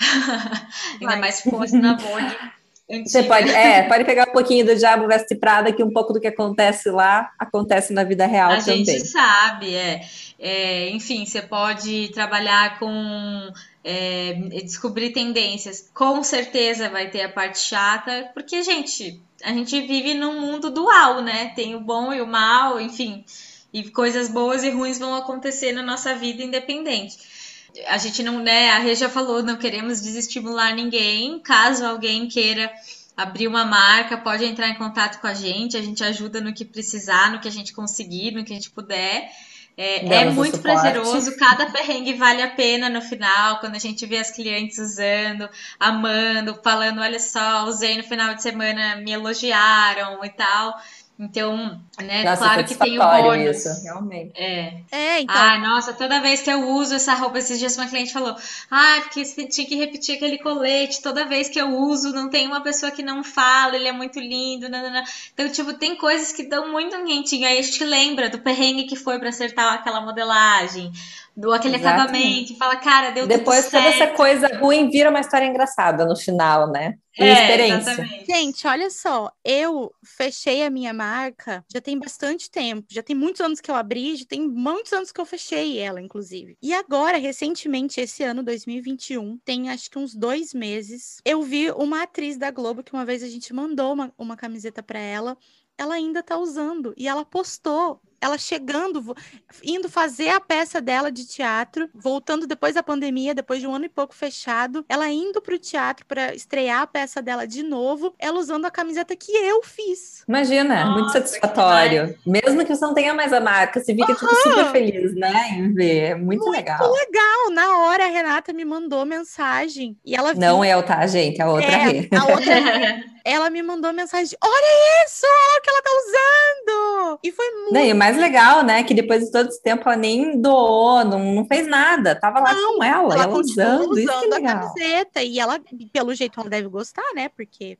Ainda mais se fosse na Vogue antiga.
Você pode, é, pode pegar um pouquinho do Diabo Veste Prada, que um pouco do que acontece lá acontece na vida real
A
também.
gente sabe, é. É, enfim, você pode trabalhar com é, descobrir tendências. Com certeza vai ter a parte chata, porque, gente, a gente vive num mundo dual, né? Tem o bom e o mal, enfim. E coisas boas e ruins vão acontecer na nossa vida independente. A gente não, né? A Rê já falou, não queremos desestimular ninguém. Caso alguém queira abrir uma marca, pode entrar em contato com a gente. A gente ajuda no que precisar, no que a gente conseguir, no que a gente puder. É, é muito prazeroso, cada perrengue vale a pena no final, quando a gente vê as clientes usando, amando, falando, olha só, usei no final de semana, me elogiaram e tal. Então, né,
nossa,
claro que tem o bônus.
Isso, realmente.
É.
É, então.
Ah, nossa, toda vez que eu uso essa roupa, esses dias uma cliente falou, ah, porque você tinha que repetir aquele colete, toda vez que eu uso, não tem uma pessoa que não fala, ele é muito lindo, nanana. Então, tipo, tem coisas que dão muito um quentinho, aí a gente lembra do perrengue que foi pra acertar aquela modelagem, do aquele
Exatamente.
acabamento, e fala, cara, deu
Depois
tudo certo.
toda essa coisa ruim vira uma história engraçada no final, né? E
É,
experiência.
exatamente.
Gente, olha só, eu fechei a minha marca já tem bastante tempo, já tem muitos anos que eu abri, já tem muitos anos que eu fechei ela, inclusive. E agora, recentemente, esse ano, dois mil e vinte e um, tem acho que uns dois meses, eu vi uma atriz da Globo que uma vez a gente mandou uma, uma camiseta para ela, ela ainda tá usando, e ela postou ela chegando, indo fazer a peça dela de teatro, voltando depois da pandemia, depois de um ano e pouco fechado, ela indo pro teatro para estrear a peça dela de novo, ela usando a camiseta que eu fiz.
Imagina,
Nossa,
muito satisfatório. Mesmo que você não tenha mais a marca, você fica, uhum, tipo, super feliz, né, em ver. É muito, muito legal.
Muito legal. Na hora, a Renata me mandou mensagem e ela viu...
Não eu, tá, gente? A outra
é,
Rê.
A outra Rê. Ela me mandou mensagem de, olha isso, olha o que ela tá usando. E foi muito...
Não, e o mais legal, né, que depois de todo esse tempo ela nem doou, não, não fez nada. Tava lá não, com ela, ela, ela usando,
usando
isso que é
a
legal.
camiseta. E ela, pelo jeito, ela deve gostar, né, porque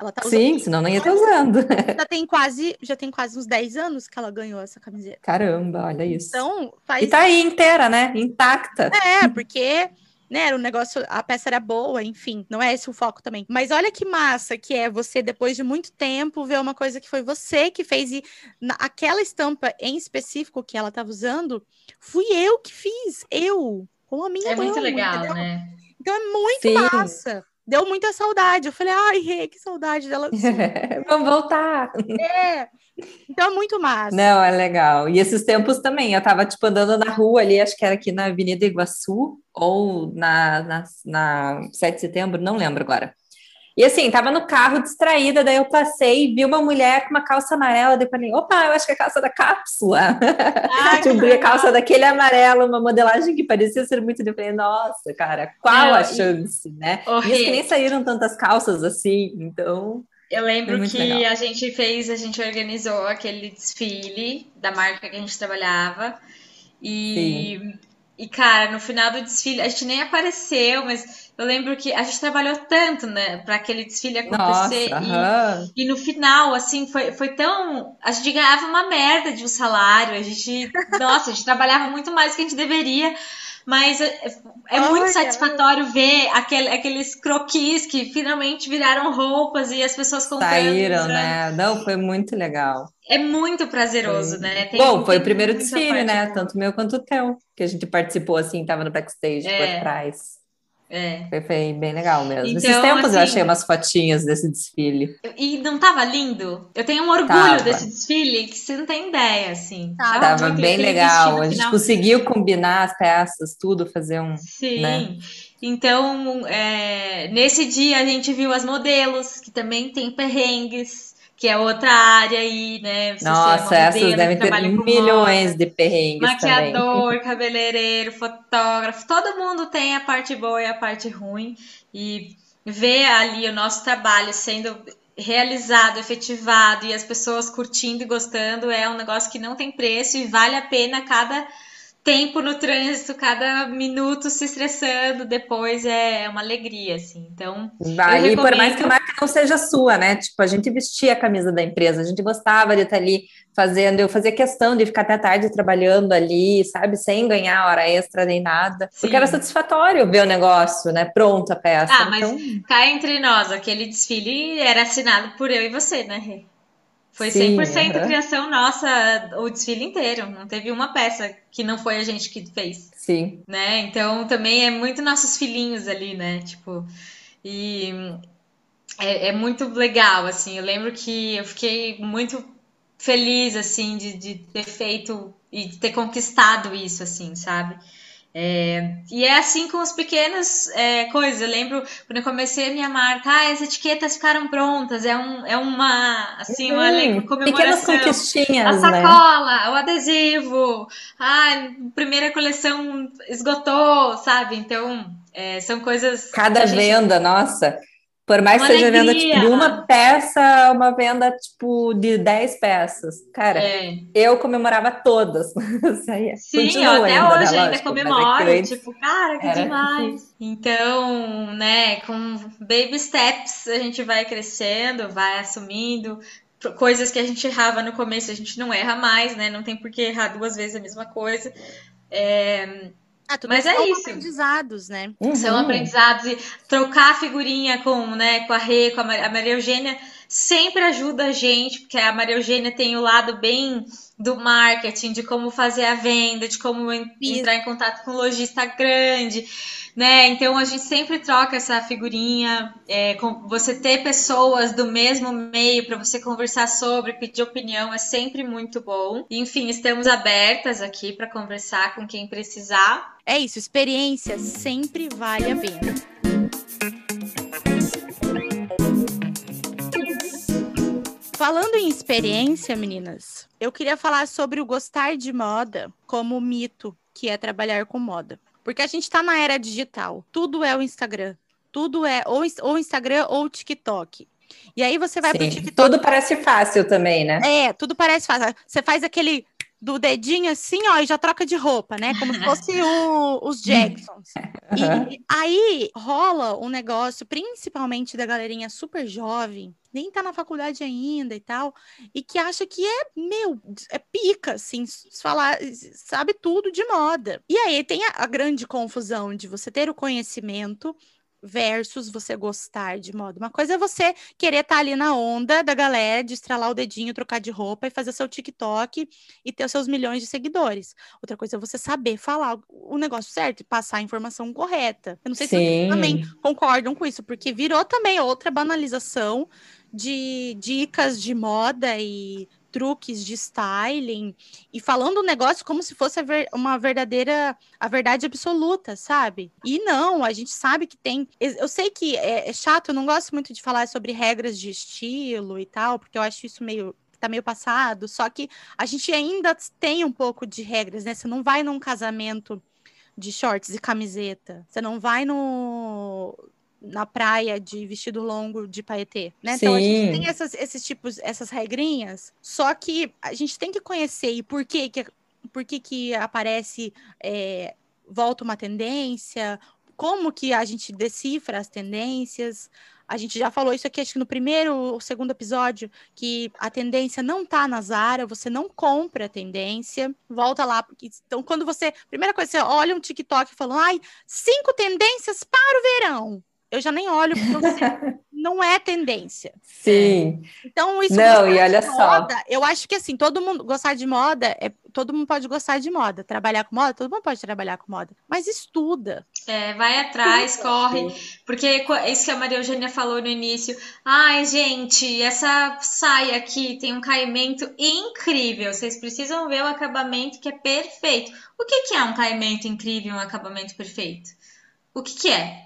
Ela tá usando.
Sim, senão não ia estar usando.
Já tem quase, já tem quase uns dez anos que ela ganhou essa camiseta.
Caramba, olha isso.
Então, faz...
E tá aí inteira, né? Intacta.
É, porque, né, o negócio, a peça era boa, enfim, não é esse o foco também. Mas olha que massa que é você, depois de muito tempo, ver uma coisa que foi você que fez e na, aquela estampa em específico que ela tava usando, fui eu que fiz, eu, com a minha
É
mão,
muito legal,
entendeu?
né?
Então é muito
Sim.
massa. Deu muita saudade. Eu falei, ai, Rê, que saudade dela.
Vamos voltar.
É. Então é muito massa.
Não, é legal. E esses tempos também, eu tava, tipo, andando na rua ali, acho que era aqui na Avenida Iguaçu, ou na, na, na sete de setembro, não lembro agora. E assim, tava no carro distraída, daí eu passei, vi uma mulher com uma calça amarela, daí eu falei, opa, eu acho que é a calça da cápsula.
Ai,
tipo, a calça daquele amarelo, uma modelagem que parecia ser muito... Eu falei, nossa, cara, qual
Não,
a
e-
chance, né?
Ô,
E as que
Rê,
nem saíram tantas calças assim, então...
eu
Foi
lembro
muito
que
legal.
a gente fez, a gente organizou aquele desfile da marca que a gente trabalhava.
Sim.
E, e, cara, no final do desfile, a gente nem apareceu, mas eu lembro que a gente trabalhou tanto, né, para aquele desfile acontecer.
Nossa,
E,
aham.
e no final, assim, foi, foi tão. A gente ganhava uma merda de um salário, a gente. Nossa, a gente trabalhava muito mais do que a gente deveria. Mas é, é muito
Olha.
satisfatório ver aquele, aqueles croquis que finalmente viraram roupas e as pessoas comprando,
Saíram,
usando.
né? Não, foi muito legal.
É muito prazeroso,
Foi...
né?
Bom,
Tem,
foi o
tem
primeiro
muita
desfile,
parte
né?
boa.
Tanto meu quanto o teu, que a gente participou, assim, tava no backstage por
É,
trás.
é.
Foi, foi bem legal mesmo. Esses
Então,
tempos eu achei
assim,
umas fotinhas desse desfile.
e não tava lindo? Eu tenho um orgulho desse
Tava,
desfile que você não tem ideia, assim.
Tá,
Tava
tava
muito
bem
aquele
legal.
vestido
A gente
final.
conseguiu combinar as peças, tudo, fazer um, né?
Sim. Então, é, nesse dia a gente viu as modelos, que também tem perrengues, que é outra área aí, né? Você ser uma
Nossa, essas
modelo que
devem ter
trabalha com
milhões
moda,
de perrengues também.
maquiador, cabeleireiro, fotógrafo, todo mundo tem a parte boa e a parte ruim. E ver ali o nosso trabalho sendo realizado, efetivado e as pessoas curtindo e gostando é um negócio que não tem preço e vale a pena cada tempo no trânsito, cada minuto se estressando, depois é uma alegria, assim. Então, eu
Vai, e por mais que a
recomendo.
marca não seja sua, né? Tipo, a gente vestia a camisa da empresa, a gente gostava de estar ali fazendo, eu fazia questão de ficar até tarde trabalhando ali, sabe? Sem ganhar hora extra nem nada, porque era
Sim.
satisfatório ver o negócio, né? Pronto a peça.
Ah, mas
Então,
cá entre nós, aquele desfile era assinado por eu e você, né, Rê? Foi cem por
sim,
cento
aham,
criação nossa, o desfile inteiro. Não teve uma peça que não foi a gente que fez,
sim.
né? Então também é muito nossos filhinhos ali, né? Tipo, e é, é muito legal, assim. Eu lembro que eu fiquei muito feliz, assim, de, de ter feito e de ter conquistado isso, assim, sabe? É, e é assim com os pequenos é, coisas. Eu lembro quando eu comecei a minha marca, ah, as etiquetas ficaram prontas. É, um, é uma, assim, uma alegre
Hum, pequenas
comemoração. A
conquistinhas, né?
sacola, o adesivo, ah, primeira coleção esgotou, sabe? Então, é, são coisas que a
Cada
gente.
venda, nossa. Por
É
mais
uma
que seja venda tipo
alegria.
de uma peça, uma venda tipo de dez peças. Cara,
É,
eu comemorava todas. Saía.
sim, eu
Continuo
até
ainda, né?
hoje ainda
Lógico, mas é que
comemoro,
antes
tipo, cara, que
era.
demais. Então, né, com baby steps a gente vai crescendo, vai assumindo coisas que a gente errava no começo, a gente não erra mais, né? Não tem por que errar duas vezes a mesma coisa. É,
Ah, tudo
mas é
são
isso.
aprendizados, né?
São
Uhum.
aprendizados e trocar figurinha com, né, com a Rê, com a Maria, a Maria Eugênia sempre ajuda a gente, porque a Maria Eugênia tem o lado bem do marketing, de como fazer a venda, de como en-
Fiz.
entrar em contato com um lojista grande, né? Então a gente sempre troca essa figurinha, é, com você ter pessoas do mesmo meio para você conversar sobre, pedir opinião é sempre muito bom. Enfim, estamos abertas aqui para conversar com quem precisar.
É isso, experiência sempre vale a pena. Falando em experiência, meninas, eu queria falar sobre o gostar de moda como mito que é trabalhar com moda. Porque a gente tá na era digital, tudo é o Instagram, tudo é ou, ou Instagram ou TikTok. E aí você vai pro
Sim.
TikTok,
Tudo parece fácil também, né?
é, tudo parece fácil. Você faz aquele do dedinho assim, ó, e já troca de roupa, né? Como se fosse o, os Jacksons.
Aham.
E aí rola um negócio, principalmente da galerinha super jovem, nem tá na faculdade ainda e tal, e que acha que é, meu, é pica, assim, s- falar, sabe tudo de moda. E aí tem a, a grande confusão de você ter o conhecimento versus você gostar de moda. Uma coisa é você querer estar ali na onda da galera, de estralar o dedinho, trocar de roupa e fazer seu TikTok e ter os seus milhões de seguidores. Outra coisa é você saber falar o negócio certo e passar a informação correta. Eu não sei se vocês também
Sim,
concordam com isso, porque virou também outra banalização de dicas de moda e truques de styling e falando o negócio como se fosse a ver- uma verdadeira, a verdade absoluta, sabe? E não, a gente sabe que tem. Eu sei que é, é chato, eu não gosto muito de falar sobre regras de estilo e tal, porque eu acho isso meio. Tá meio passado, só que a gente ainda tem um pouco de regras, né? Você não vai num casamento de shorts e camiseta. Você não vai no na praia de vestido longo de paetê, né? Então a gente tem
sim,
essas, esses tipos, essas regrinhas, só que a gente tem que conhecer e por que que, por que, que aparece, é, volta uma tendência, como que a gente decifra as tendências. A gente já falou isso aqui, acho que no primeiro ou segundo episódio, que a tendência não tá na Zara, você não compra a tendência, volta lá, porque então quando você, primeira coisa, você olha um TikTok falando, ai, cinco tendências para o verão. Eu já nem olho, porque eu sei que não é tendência.
É.
sim.
Então, isso
Não, e
gostar de
olha só.
moda, eu acho que assim, todo mundo gostar de moda, é, todo mundo pode gostar de moda. Trabalhar com moda, todo mundo pode trabalhar com moda. Mas estuda.
É, vai atrás, corre,
Sim.
porque co- é isso que a Maria Eugênia falou no início. Ai, gente, essa saia aqui tem um caimento incrível. Vocês precisam ver o acabamento que é perfeito. O que que é um caimento incrível, um acabamento perfeito? O que que é?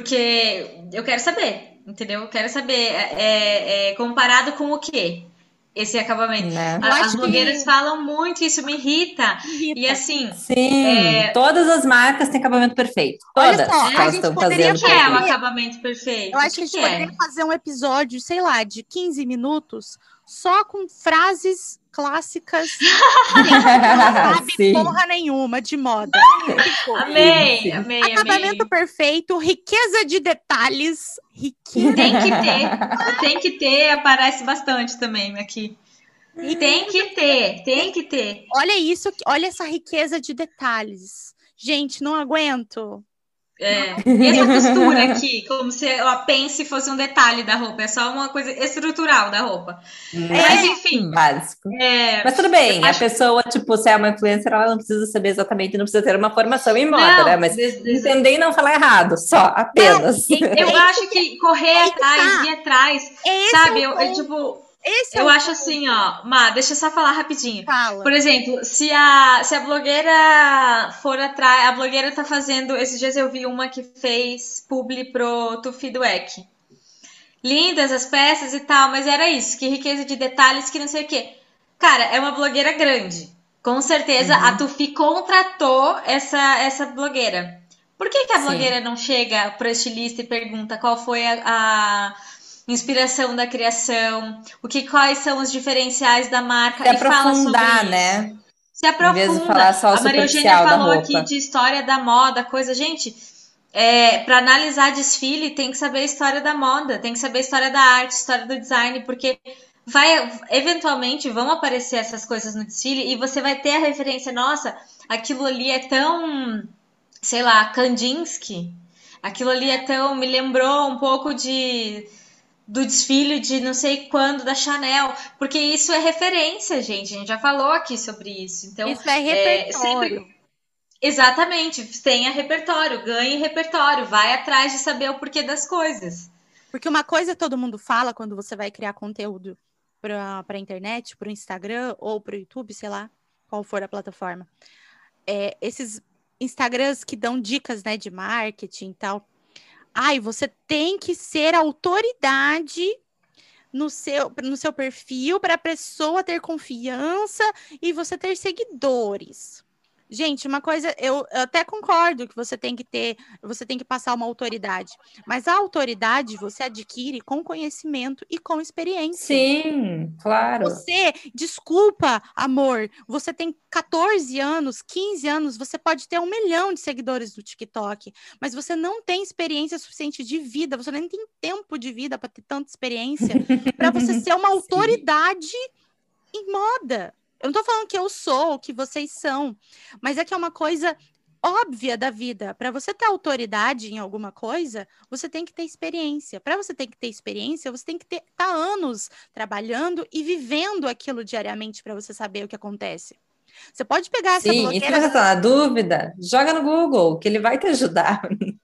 Porque eu quero saber, entendeu? Eu quero saber, é, é, é, comparado com o quê? Esse acabamento.
Né?
Eu
A- As
acho
blogueiras
que
falam muito, isso me irrita. E
irrita.
assim,
Sim, todas as marcas têm acabamento perfeito.
Olha
Todas
só,
que
a
elas
gente
estão
o
poderia
fazendo
que é o
perfeito.
fazer.
acabamento
Eu
perfeito? O
acho que
que
a gente
que
poderia
é?
fazer um episódio, sei lá, de quinze minutos, só com frases clássicas que a gente não sabe
Sim,
porra nenhuma de moda. Tipo,
sim,
Amei,
sim.
amei,
acabamento
amei.
perfeito, riqueza de detalhes, riqueza,
Tem que ter, tem que ter, aparece bastante também aqui. Tem
riqueza
que
de
ter, tem
detalhes.
que ter.
Olha isso, olha essa riqueza de detalhes. Gente, não aguento.
É. E essa costura aqui, como se a pence fosse um detalhe da roupa, é só uma coisa estrutural da roupa. Mas
Né?
enfim,
Básico.
é,
Mas tudo
eu
bem, a
acho.
pessoa, tipo, se é uma influencer, ela não precisa saber exatamente, não precisa ter uma formação em moda, né?
Não,
Mas
des- des-
entender e não falar errado, só,
Não,
apenas.
é,
eu
é isso
acho
que,
que correr
é aí que
atrás,
tá.
ir atrás,
Esse é
sabe?
o
Eu, eu,
ponto.
tipo,
Esse é
eu
o
acho
ponto.
assim, ó, Má, deixa eu só falar rapidinho. Por
Fala.
exemplo, se a, se a blogueira for atrás, a blogueira tá fazendo, esses dias eu vi uma que fez publi pro Tufi do Eck. Lindas as peças e tal, mas era isso, que riqueza de detalhes, que não sei o quê. Cara, é uma blogueira grande. Com certeza a
Uhum.
Tufi contratou essa, essa blogueira. Por que, que a blogueira
Sim.
não chega pro estilista e pergunta qual foi a, a inspiração da criação, o que, quais são os diferenciais da marca
Se
e fala sobre
aprofundar,
isso?
né?
Se
Em vez de
aprofunda.
falar só o
A Maria Eugênia
superficial da
falou aqui
roupa.
de história da moda, coisa. Gente, é, para analisar desfile, tem que saber a história da moda, tem que saber a história da arte, história do design, porque vai, eventualmente vão aparecer essas coisas no desfile e você vai ter a referência, nossa, aquilo ali é tão, sei lá, Kandinsky, aquilo ali é tão, me lembrou um pouco de do desfile de não sei quando da Chanel, porque isso é referência, gente. A gente já falou aqui sobre isso. Então,
Isso é
é, sempre
repertório.
exatamente, tenha repertório, ganhe repertório, vai atrás de saber o porquê das coisas.
Porque uma coisa todo mundo fala quando você vai criar conteúdo para a internet, para o Instagram ou para o YouTube, sei lá, qual for a plataforma. É, esses Instagrams que dão dicas, né, de marketing e tal. Ai, você tem que ser autoridade no seu, no seu perfil para a pessoa ter confiança e você ter seguidores. Gente, uma coisa, eu, eu até concordo que você tem que ter, você tem que passar uma autoridade, mas a autoridade você adquire com conhecimento e com experiência.
Sim, claro.
Você, desculpa, amor, você tem catorze anos, quinze anos, você pode ter um milhão de seguidores no TikTok, mas você não tem experiência suficiente de vida, você nem tem tempo de vida para ter tanta experiência para você ser uma autoridade em moda. Eu não tô falando que eu sou, que vocês são, mas é que é uma coisa óbvia da vida. Para você ter autoridade em alguma coisa, você tem que ter experiência. Para você ter que ter experiência, você tem que ter tá anos trabalhando e vivendo aquilo diariamente para você saber o que acontece. Você pode pegar essa
Sim, e se
blogueira...
você tá na dúvida, joga no Google, que ele vai te ajudar.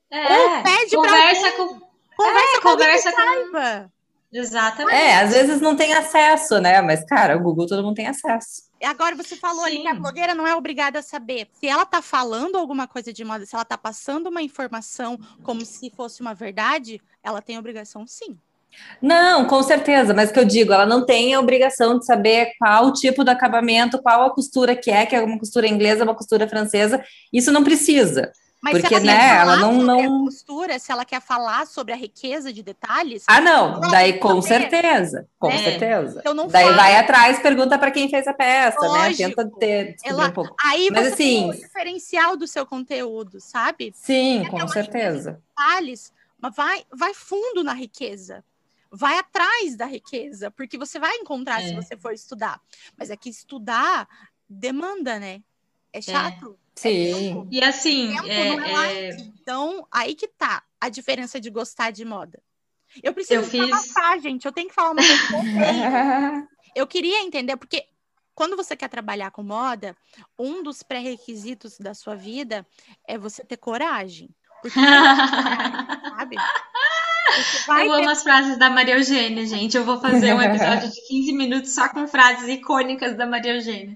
É,
pede pra
conversa
alguém.
com...
Conversa
É,
com alguém que
conversa com...
saiba.
Exatamente.
É, às vezes não tem acesso, né? Mas, cara, o Google todo mundo tem acesso.
Agora você falou ali
Sim.
que a blogueira não é obrigada a saber. Se ela tá falando alguma coisa de moda, se ela tá passando uma informação como se fosse uma verdade, ela tem obrigação sim.
Não, com certeza, mas o que eu digo, ela não tem a obrigação de saber qual o tipo do acabamento, qual a costura que é, que é uma costura inglesa, uma costura francesa, isso não precisa.
Mas
porque,
se ela
né,
quer falar
ela não,
sobre
não...
a costura, se ela quer falar sobre a riqueza de detalhes...
Ah, não,
ela
daí
tem que
com
saber,
certeza, com
né?
certeza.
Então não
Daí
fala.
vai atrás, pergunta para quem fez a peça, né?
Lógico.
Tenta ter, descobrir
Ela...
um pouco.
Aí
Mas
você
assim,
tem o diferencial do seu conteúdo, sabe?
sim,
Quer ter
com
uma riqueza
certeza.
de detalhes, mas vai, vai fundo na riqueza. Vai atrás da riqueza, porque você vai encontrar
É.
se você for estudar. Mas é que estudar demanda, né? É chato.
Sim.
E assim,
Tempo
é,
não é
é,
like. Então, aí que tá a diferença de gostar de moda. Eu preciso
eu fiz...
desabafar, gente. Eu tenho que falar uma coisa que eu odeio. Eu queria entender, porque quando você quer trabalhar com moda, um dos pré-requisitos da sua vida é você ter coragem. Porque vai ter coragem, sabe? Você vai
Eu
ter...
amo as frases da Maria Eugênia, gente. Eu vou fazer um episódio de quinze minutos só com frases icônicas da Maria Eugênia.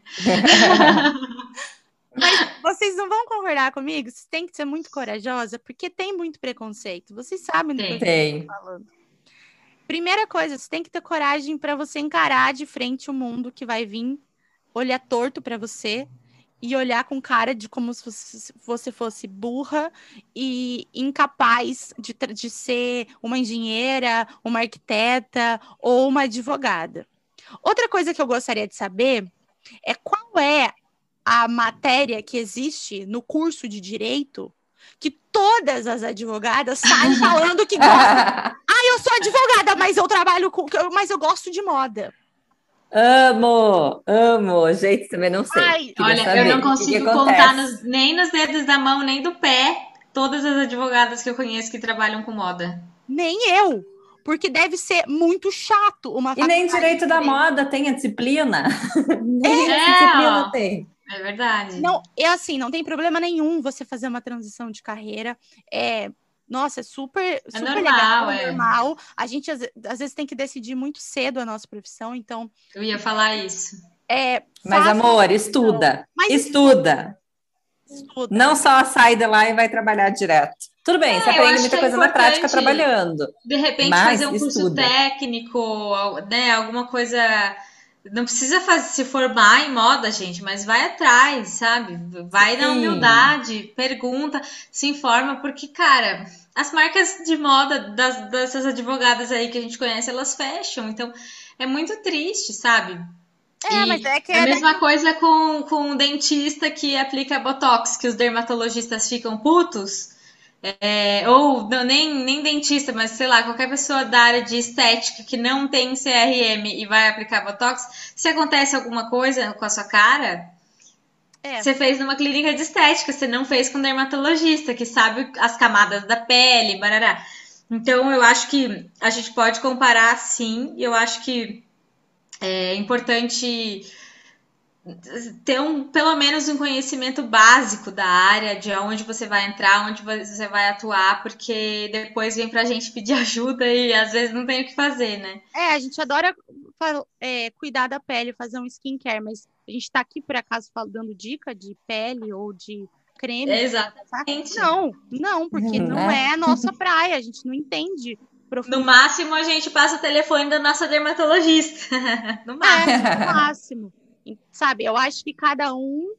Mas vocês não vão concordar comigo? Vocês têm que ser muito corajosa, porque tem muito preconceito. Vocês sabem do que eu
Tem.
estou falando. Primeira coisa, você tem que ter coragem para você encarar de frente o mundo que vai vir olhar torto para você e olhar com cara de como se você fosse burra e incapaz de, de ser uma engenheira, uma arquiteta ou uma advogada. Outra coisa que eu gostaria de saber é qual é a matéria que existe no curso de direito que todas as advogadas saem falando que gostam. Ah, eu sou advogada, mas eu trabalho com, mas eu gosto de moda.
Amo, amo. Gente, também não sei.
Ai,
olha,
saber.
eu não consigo
que que
contar nos, nem nos dedos da mão, nem do pé, todas as advogadas que eu conheço que trabalham com moda.
Nem eu. Porque deve ser muito chato uma
E nem
faculdade
direito
de
da
direito.
moda tem a disciplina. Nem
É,
essa disciplina
ó.
tem.
É verdade.
Não, é assim, não tem problema nenhum você fazer uma transição de carreira. É, nossa, é super, super
normal,
legal,
é.
é normal. A gente às, às vezes tem que decidir muito cedo a nossa profissão, então
Eu ia falar isso.
é.
Mas,
faça
amor,
uma
estuda.
Mas
estuda.
estuda.
Não só sai de lá e vai trabalhar direto. Tudo bem,
É,
você
eu
aprende
acho
muita
que é
coisa na prática
importante,
trabalhando.
De repente
Mas
fazer um curso
estuda.
técnico, né? Alguma coisa. Não precisa fazer, se formar em moda, gente, mas vai atrás, sabe? Vai na
Sim.
humildade, pergunta, se informa, porque, cara, as marcas de moda das, dessas advogadas aí que a gente conhece, elas fecham. Então, é muito triste, sabe?
É,
E
mas é que
é a
é
mesma coisa com, com um dentista que aplica Botox, que os dermatologistas ficam putos. É, ou não, nem, nem dentista, mas sei lá, qualquer pessoa da área de estética que não tem C R M e vai aplicar Botox, se acontece alguma coisa com a sua cara,
É.
você fez numa clínica de estética, você não fez com um dermatologista, que sabe as camadas da pele, barará. Então, eu acho que a gente pode comparar, sim, e eu acho que é importante ter um, pelo menos um conhecimento básico da área, de onde você vai entrar, onde você vai atuar, porque depois vem pra gente pedir ajuda e às vezes não tem o que fazer, né?
É, a gente adora é, cuidar da pele, fazer um skincare, mas a gente tá aqui, por acaso, dando dica de pele ou de creme.
Exatamente.
Não, não, porque
Hum,
não
né?
é a nossa praia, a gente não entende.
No máximo, a gente passa o telefone da nossa dermatologista. No máximo.
É, no máximo. Sabe, eu acho que cada um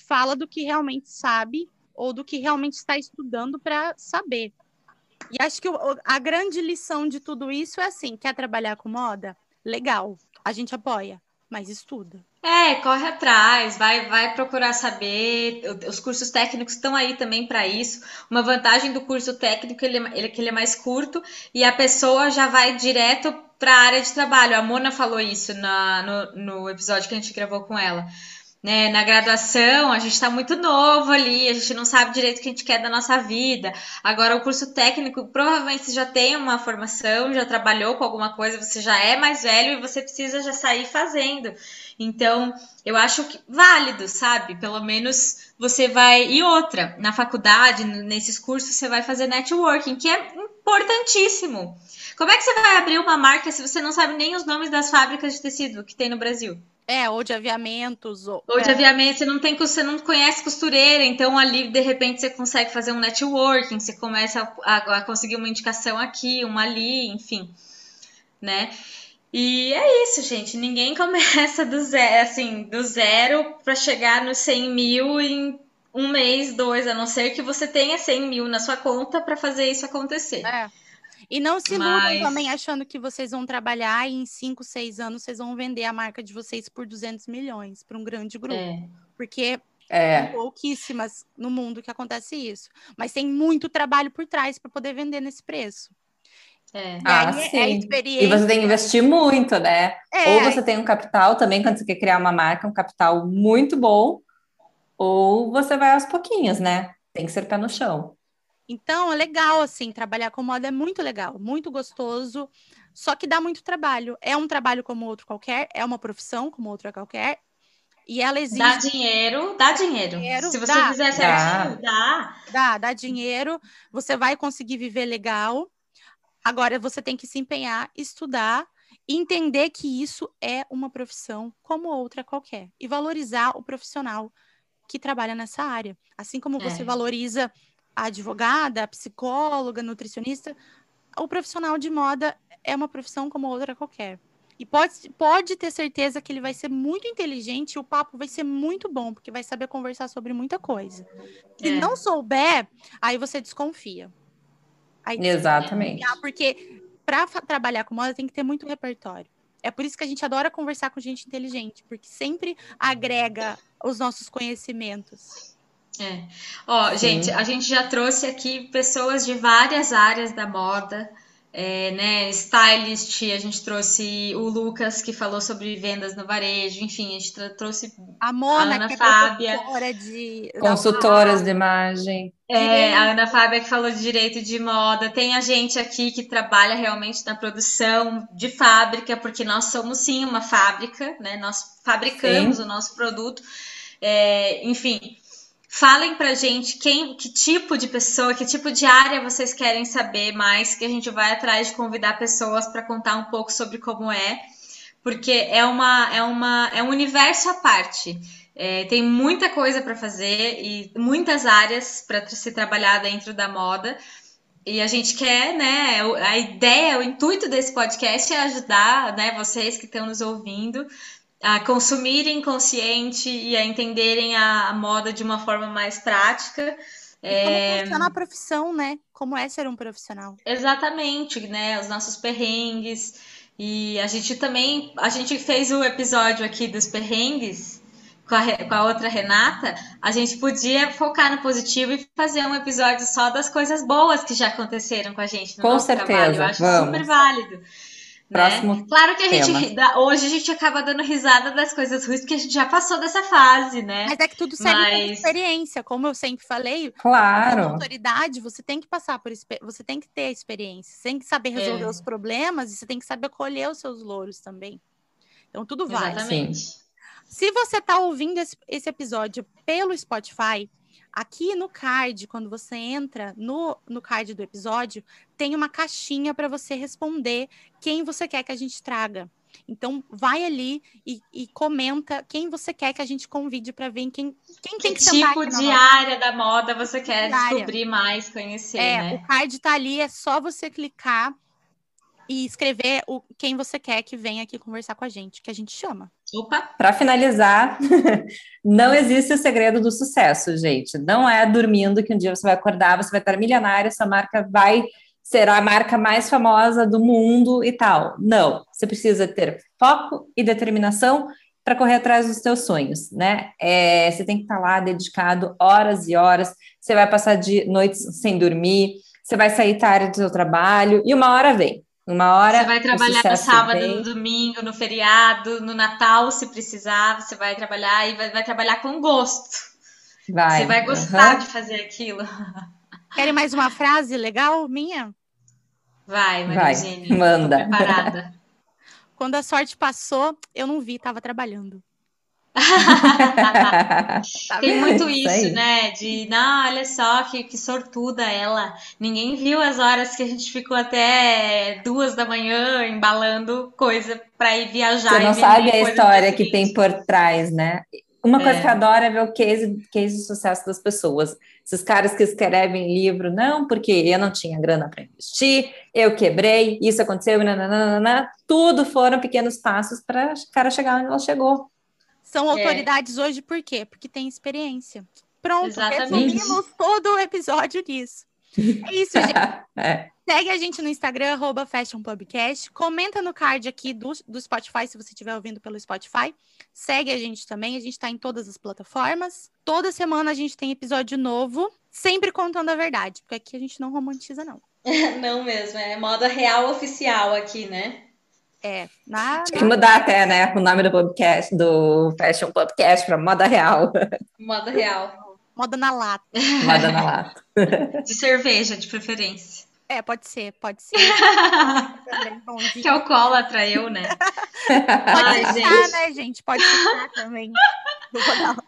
fala do que realmente sabe ou do que realmente está estudando para saber. E acho que o, a grande lição de tudo isso é assim, quer trabalhar com moda? Legal, a gente apoia, mas estuda.
É, corre atrás, vai, vai procurar saber. Os cursos técnicos estão aí também para isso. Uma vantagem do curso técnico ele, ele, é que ele é mais curto e a pessoa já vai direto para a área de trabalho. A Mona falou isso na, no, no episódio que a gente gravou com ela. Né, na graduação, a gente está muito novo ali, a gente não sabe direito o que a gente quer da nossa vida. Agora, o curso técnico, provavelmente você já tem uma formação, já trabalhou com alguma coisa, você já é mais velho e você precisa já sair fazendo. Então, eu acho que válido, sabe? Pelo menos você vai. E outra, na faculdade, nesses cursos, você vai fazer networking, que é importantíssimo. Como é que você vai abrir uma marca se você não sabe nem os nomes das fábricas de tecido que tem no Brasil?
É, ou de aviamentos. Ou,
ou de
é.
aviamento, você não tem, você não conhece costureira, então ali de repente você consegue fazer um networking, você começa a, a conseguir uma indicação aqui, uma ali, enfim, né? E é isso, gente. Ninguém começa do zero, assim, do zero para chegar nos cem mil em um mês, dois, a não ser que você tenha cem mil na sua conta para fazer isso acontecer.
É. E não se iludam
Mas...
também achando que vocês vão trabalhar e em cinco, seis anos vocês vão vender a marca de vocês por duzentos milhões para um grande grupo.
É.
Porque
É.
tem pouquíssimas no mundo que acontece isso. Mas tem muito trabalho por trás para poder vender nesse preço.
É.
E
Ah,
aí
sim.
é experiência.
E você tem que investir muito, né?
É.
Ou você tem um capital também, quando você quer criar uma marca, um capital muito bom, ou você vai aos pouquinhos, né? Tem que ser pé no chão.
Então, é legal, assim, trabalhar com moda é muito legal, muito gostoso, só que dá muito trabalho. É um trabalho como outro qualquer, é uma profissão como outra qualquer, e ela exige...
Dá dinheiro, dá dinheiro.
dinheiro
Se você
dá,
fizer certinho, dá.
Dá, dá dinheiro, você vai conseguir viver legal. Agora, você tem que se empenhar, estudar, e entender que isso é uma profissão como outra qualquer. E valorizar o profissional que trabalha nessa área. Assim como você
É.
valoriza a advogada, a psicóloga, nutricionista, o profissional de moda é uma profissão como outra qualquer. E pode, pode ter certeza que ele vai ser muito inteligente e o papo vai ser muito bom, porque vai saber conversar sobre muita coisa. Se
É.
não souber, aí você desconfia. Aí
Exatamente.
desconfia, porque para trabalhar com moda tem que ter muito repertório. É por isso que a gente adora conversar com gente inteligente, porque sempre agrega os nossos conhecimentos.
É. Ó,
Sim.
gente, a gente já trouxe aqui pessoas de várias áreas da moda, é, né? Stylist, a gente trouxe o Lucas, que falou sobre vendas no varejo, enfim, a gente tra- trouxe
A Mona,
a Ana
que é
Fábia.
professora de...
Consultoras de imagem.
É, a Ana Fábia que falou de direito de moda. Tem a gente aqui que trabalha realmente na produção de fábrica, porque nós somos sim uma fábrica, né? Nós fabricamos
Sim.
o nosso produto. É, enfim, falem pra gente quem, que tipo de pessoa, que tipo de área vocês querem saber mais, que a gente vai atrás de convidar pessoas para contar um pouco sobre como é, porque é uma, é uma, é um universo à parte. É, tem muita coisa para fazer e muitas áreas para se trabalhar dentro da moda. E a gente quer, né? A ideia, o intuito desse podcast é ajudar, né, vocês que estão nos ouvindo a consumirem consciente e a entenderem a, a moda de uma forma mais prática.
E como funciona a profissão, né? Como é ser um profissional.
Exatamente, né? Os nossos perrengues. E a gente também, a gente fez o episódio aqui dos perrengues com a, com a outra Renata. A gente podia focar no positivo e fazer um episódio só das coisas boas que já aconteceram com a gente no
Com
nosso
certeza,
trabalho. Eu acho
vamos.
super válido.
Próximo
Né? Claro que a gente
tema.
ri- da- hoje a gente acaba dando risada das coisas ruins, porque a gente já passou dessa fase, né?
Mas é que tudo serve como
Mas
experiência, como eu sempre falei. Como
Claro.
autoridade, você tem que passar por expe- você tem que ter a experiência, você tem que saber resolver
É.
os problemas e você tem que saber colher os seus louros também. Então tudo vale.
exatamente.
Se você está ouvindo esse, esse episódio pelo Spotify, aqui no card, quando você entra no, no card do episódio, tem uma caixinha para você responder quem você quer que a gente traga. Então, vai ali e, e comenta quem você quer que a gente convide para ver quem, quem
Que
tem que sentar
tipo
aqui na
de
nossa-
área da moda você quer
de área.
descobrir mais, conhecer,
É,
né?
o card tá ali, é só você clicar e escrever o, quem você quer que venha aqui conversar com a gente, que a gente chama.
Opa!
Para finalizar, não existe o segredo do sucesso, gente. Não é dormindo que um dia você vai acordar, você vai estar milionário, sua marca vai ser a marca mais famosa do mundo e tal. Não, você precisa ter foco e determinação para correr atrás dos seus sonhos, né? É, você tem que estar lá dedicado horas e horas, você vai passar de noites sem dormir, você vai sair tarde do seu trabalho e uma hora vem. Uma hora
Você vai trabalhar no sábado,
vem.
no domingo, no feriado, no Natal, se precisar, você vai trabalhar e vai, vai trabalhar com gosto.
Vai.
Você vai gostar
Uhum.
de fazer aquilo.
Querem mais uma frase legal minha?
Vai, Maria
Vai,
Eugênia.
manda.
Tô preparada.
Quando a sorte passou, eu não vi, tava trabalhando. Tá
Tem
vendo?
muito
Isso
isso,
aí.
né? De, não, olha só que, que sortuda ela. Ninguém viu as horas que a gente ficou até duas da manhã embalando coisa para ir viajar
Você
e
não
vender
sabe a
coisa no
história
dia
que tem
seguinte.
por trás, né? Uma coisa que eu
É.
adoro é ver o case, case de sucesso das pessoas. Esses caras que escrevem livro, não, porque eu não tinha grana para investir, eu quebrei, isso aconteceu, nananana, tudo foram pequenos passos para o cara chegar onde ela chegou.
São
É.
autoridades hoje por quê? Porque tem experiência. Pronto,
Exatamente.
resumimos todo o episódio nisso. É isso, gente.
É.
Segue a gente no Instagram, arroba Fashion Podcast. Comenta no card aqui do, do Spotify, se você estiver ouvindo pelo Spotify. Segue a gente também, a gente está em todas as plataformas. Toda semana a gente tem episódio novo, sempre contando a verdade, porque aqui a gente não romantiza, não.
Não mesmo, é moda real oficial aqui, né?
É, na,
Tinha que mudar até, né, o nome do podcast, do Fashion Podcast para Moda Real.
Moda real.
moda na lata.
Moda na lata.
De cerveja, de preferência.
É, pode ser, pode ser. Também, bonzinho.
Que alcoólatra eu, né?
Pode
Ai,
ficar,
gente.
né, gente? Pode ficar também. Eu vou dar-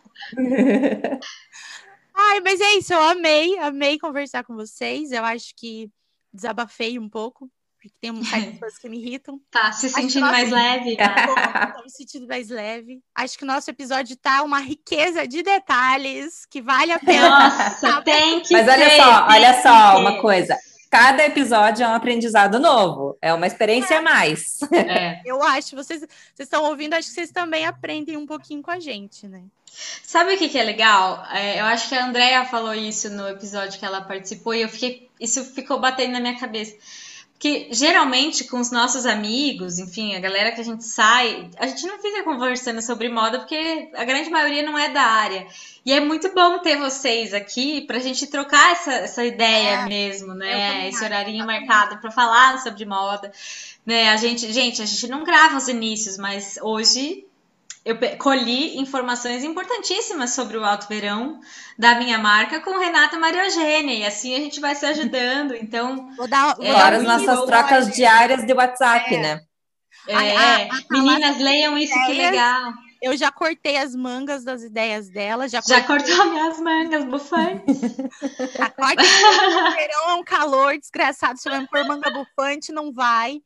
Ai, mas é isso, eu amei, amei conversar com vocês. Eu acho que desabafei um pouco, porque tem certas coisas que me irritam.
Tá se
Acho que
sentindo
nós-
mais leve?
Bom, tô me sentindo mais leve. Acho que o nosso episódio tá uma riqueza de detalhes que vale a pena.
Nossa, tem que
Mas olha
ter,
só,
tem
olha
que
só
ter.
uma coisa. Cada episódio é um aprendizado novo, é uma experiência a mais.
É.
Eu acho, vocês vocês estão ouvindo, acho que vocês também aprendem um pouquinho com a gente, né?
Sabe o que que é legal? É, eu acho que a Andrea falou isso no episódio que ela participou e eu fiquei, isso ficou batendo na minha cabeça. Porque geralmente com os nossos amigos, enfim, a galera que a gente sai, a gente não fica conversando sobre moda porque a grande maioria não é da área. E é muito bom ter vocês aqui pra gente trocar essa, essa ideia
É,
mesmo,
eu
né?
também
Esse
acho,
horarinho
exatamente.
marcado pra falar sobre moda, né? A gente, gente, a gente não grava os inícios, mas hoje eu pe- colhi informações importantíssimas sobre o alto verão da minha marca com Renata Maria Eugênia, e assim a gente vai se ajudando. Então,
Vou dar, vou
É,
dar
Fora
um
as
muito
mini
nossas
bom,
trocas
spoiler.
diárias de WhatsApp,
É.
né?
é,
A- a- a
meninas,
Thalassa
leiam isso, que
ideias.
legal.
Eu já cortei as mangas das ideias dela, já,
Já
cortei,
cortou minhas mangas, bufantes.
já cortei. O verão é um calor desgraçado, se eu me pôr manga bufante, não vai.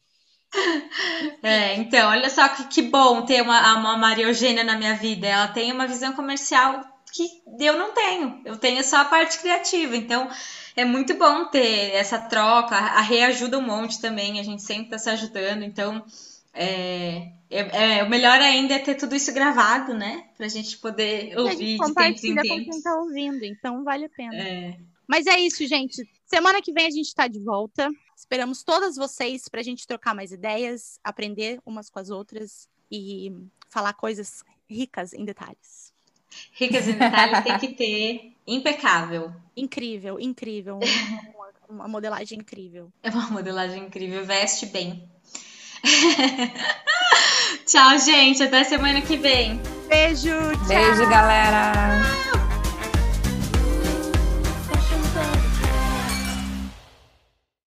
É, então, olha só que, que bom ter uma, uma Maria Eugênia na minha vida. Ela tem uma visão comercial que eu não tenho. Eu tenho só a parte criativa. Então, é muito bom ter essa troca. A Rê ajuda um monte também. A gente sempre tá se ajudando. Então, é, é, é- o melhor ainda é ter tudo isso gravado, né? Pra gente poder
E a
ouvir
gente
de tempos em
compartilha com quem
tempos.
tá ouvindo, então vale a pena.
É.
Mas é isso, gente. Semana que vem a gente tá de volta. Esperamos todas vocês pra gente trocar mais ideias, aprender umas com as outras e falar coisas ricas em detalhes.
Ricas em detalhes tem que ter. Impecável.
Incrível, incrível. Uma, uma modelagem incrível.
É uma modelagem incrível. Veste bem. Tchau, gente. Até semana que vem.
Beijo, tchau!
Beijo, galera!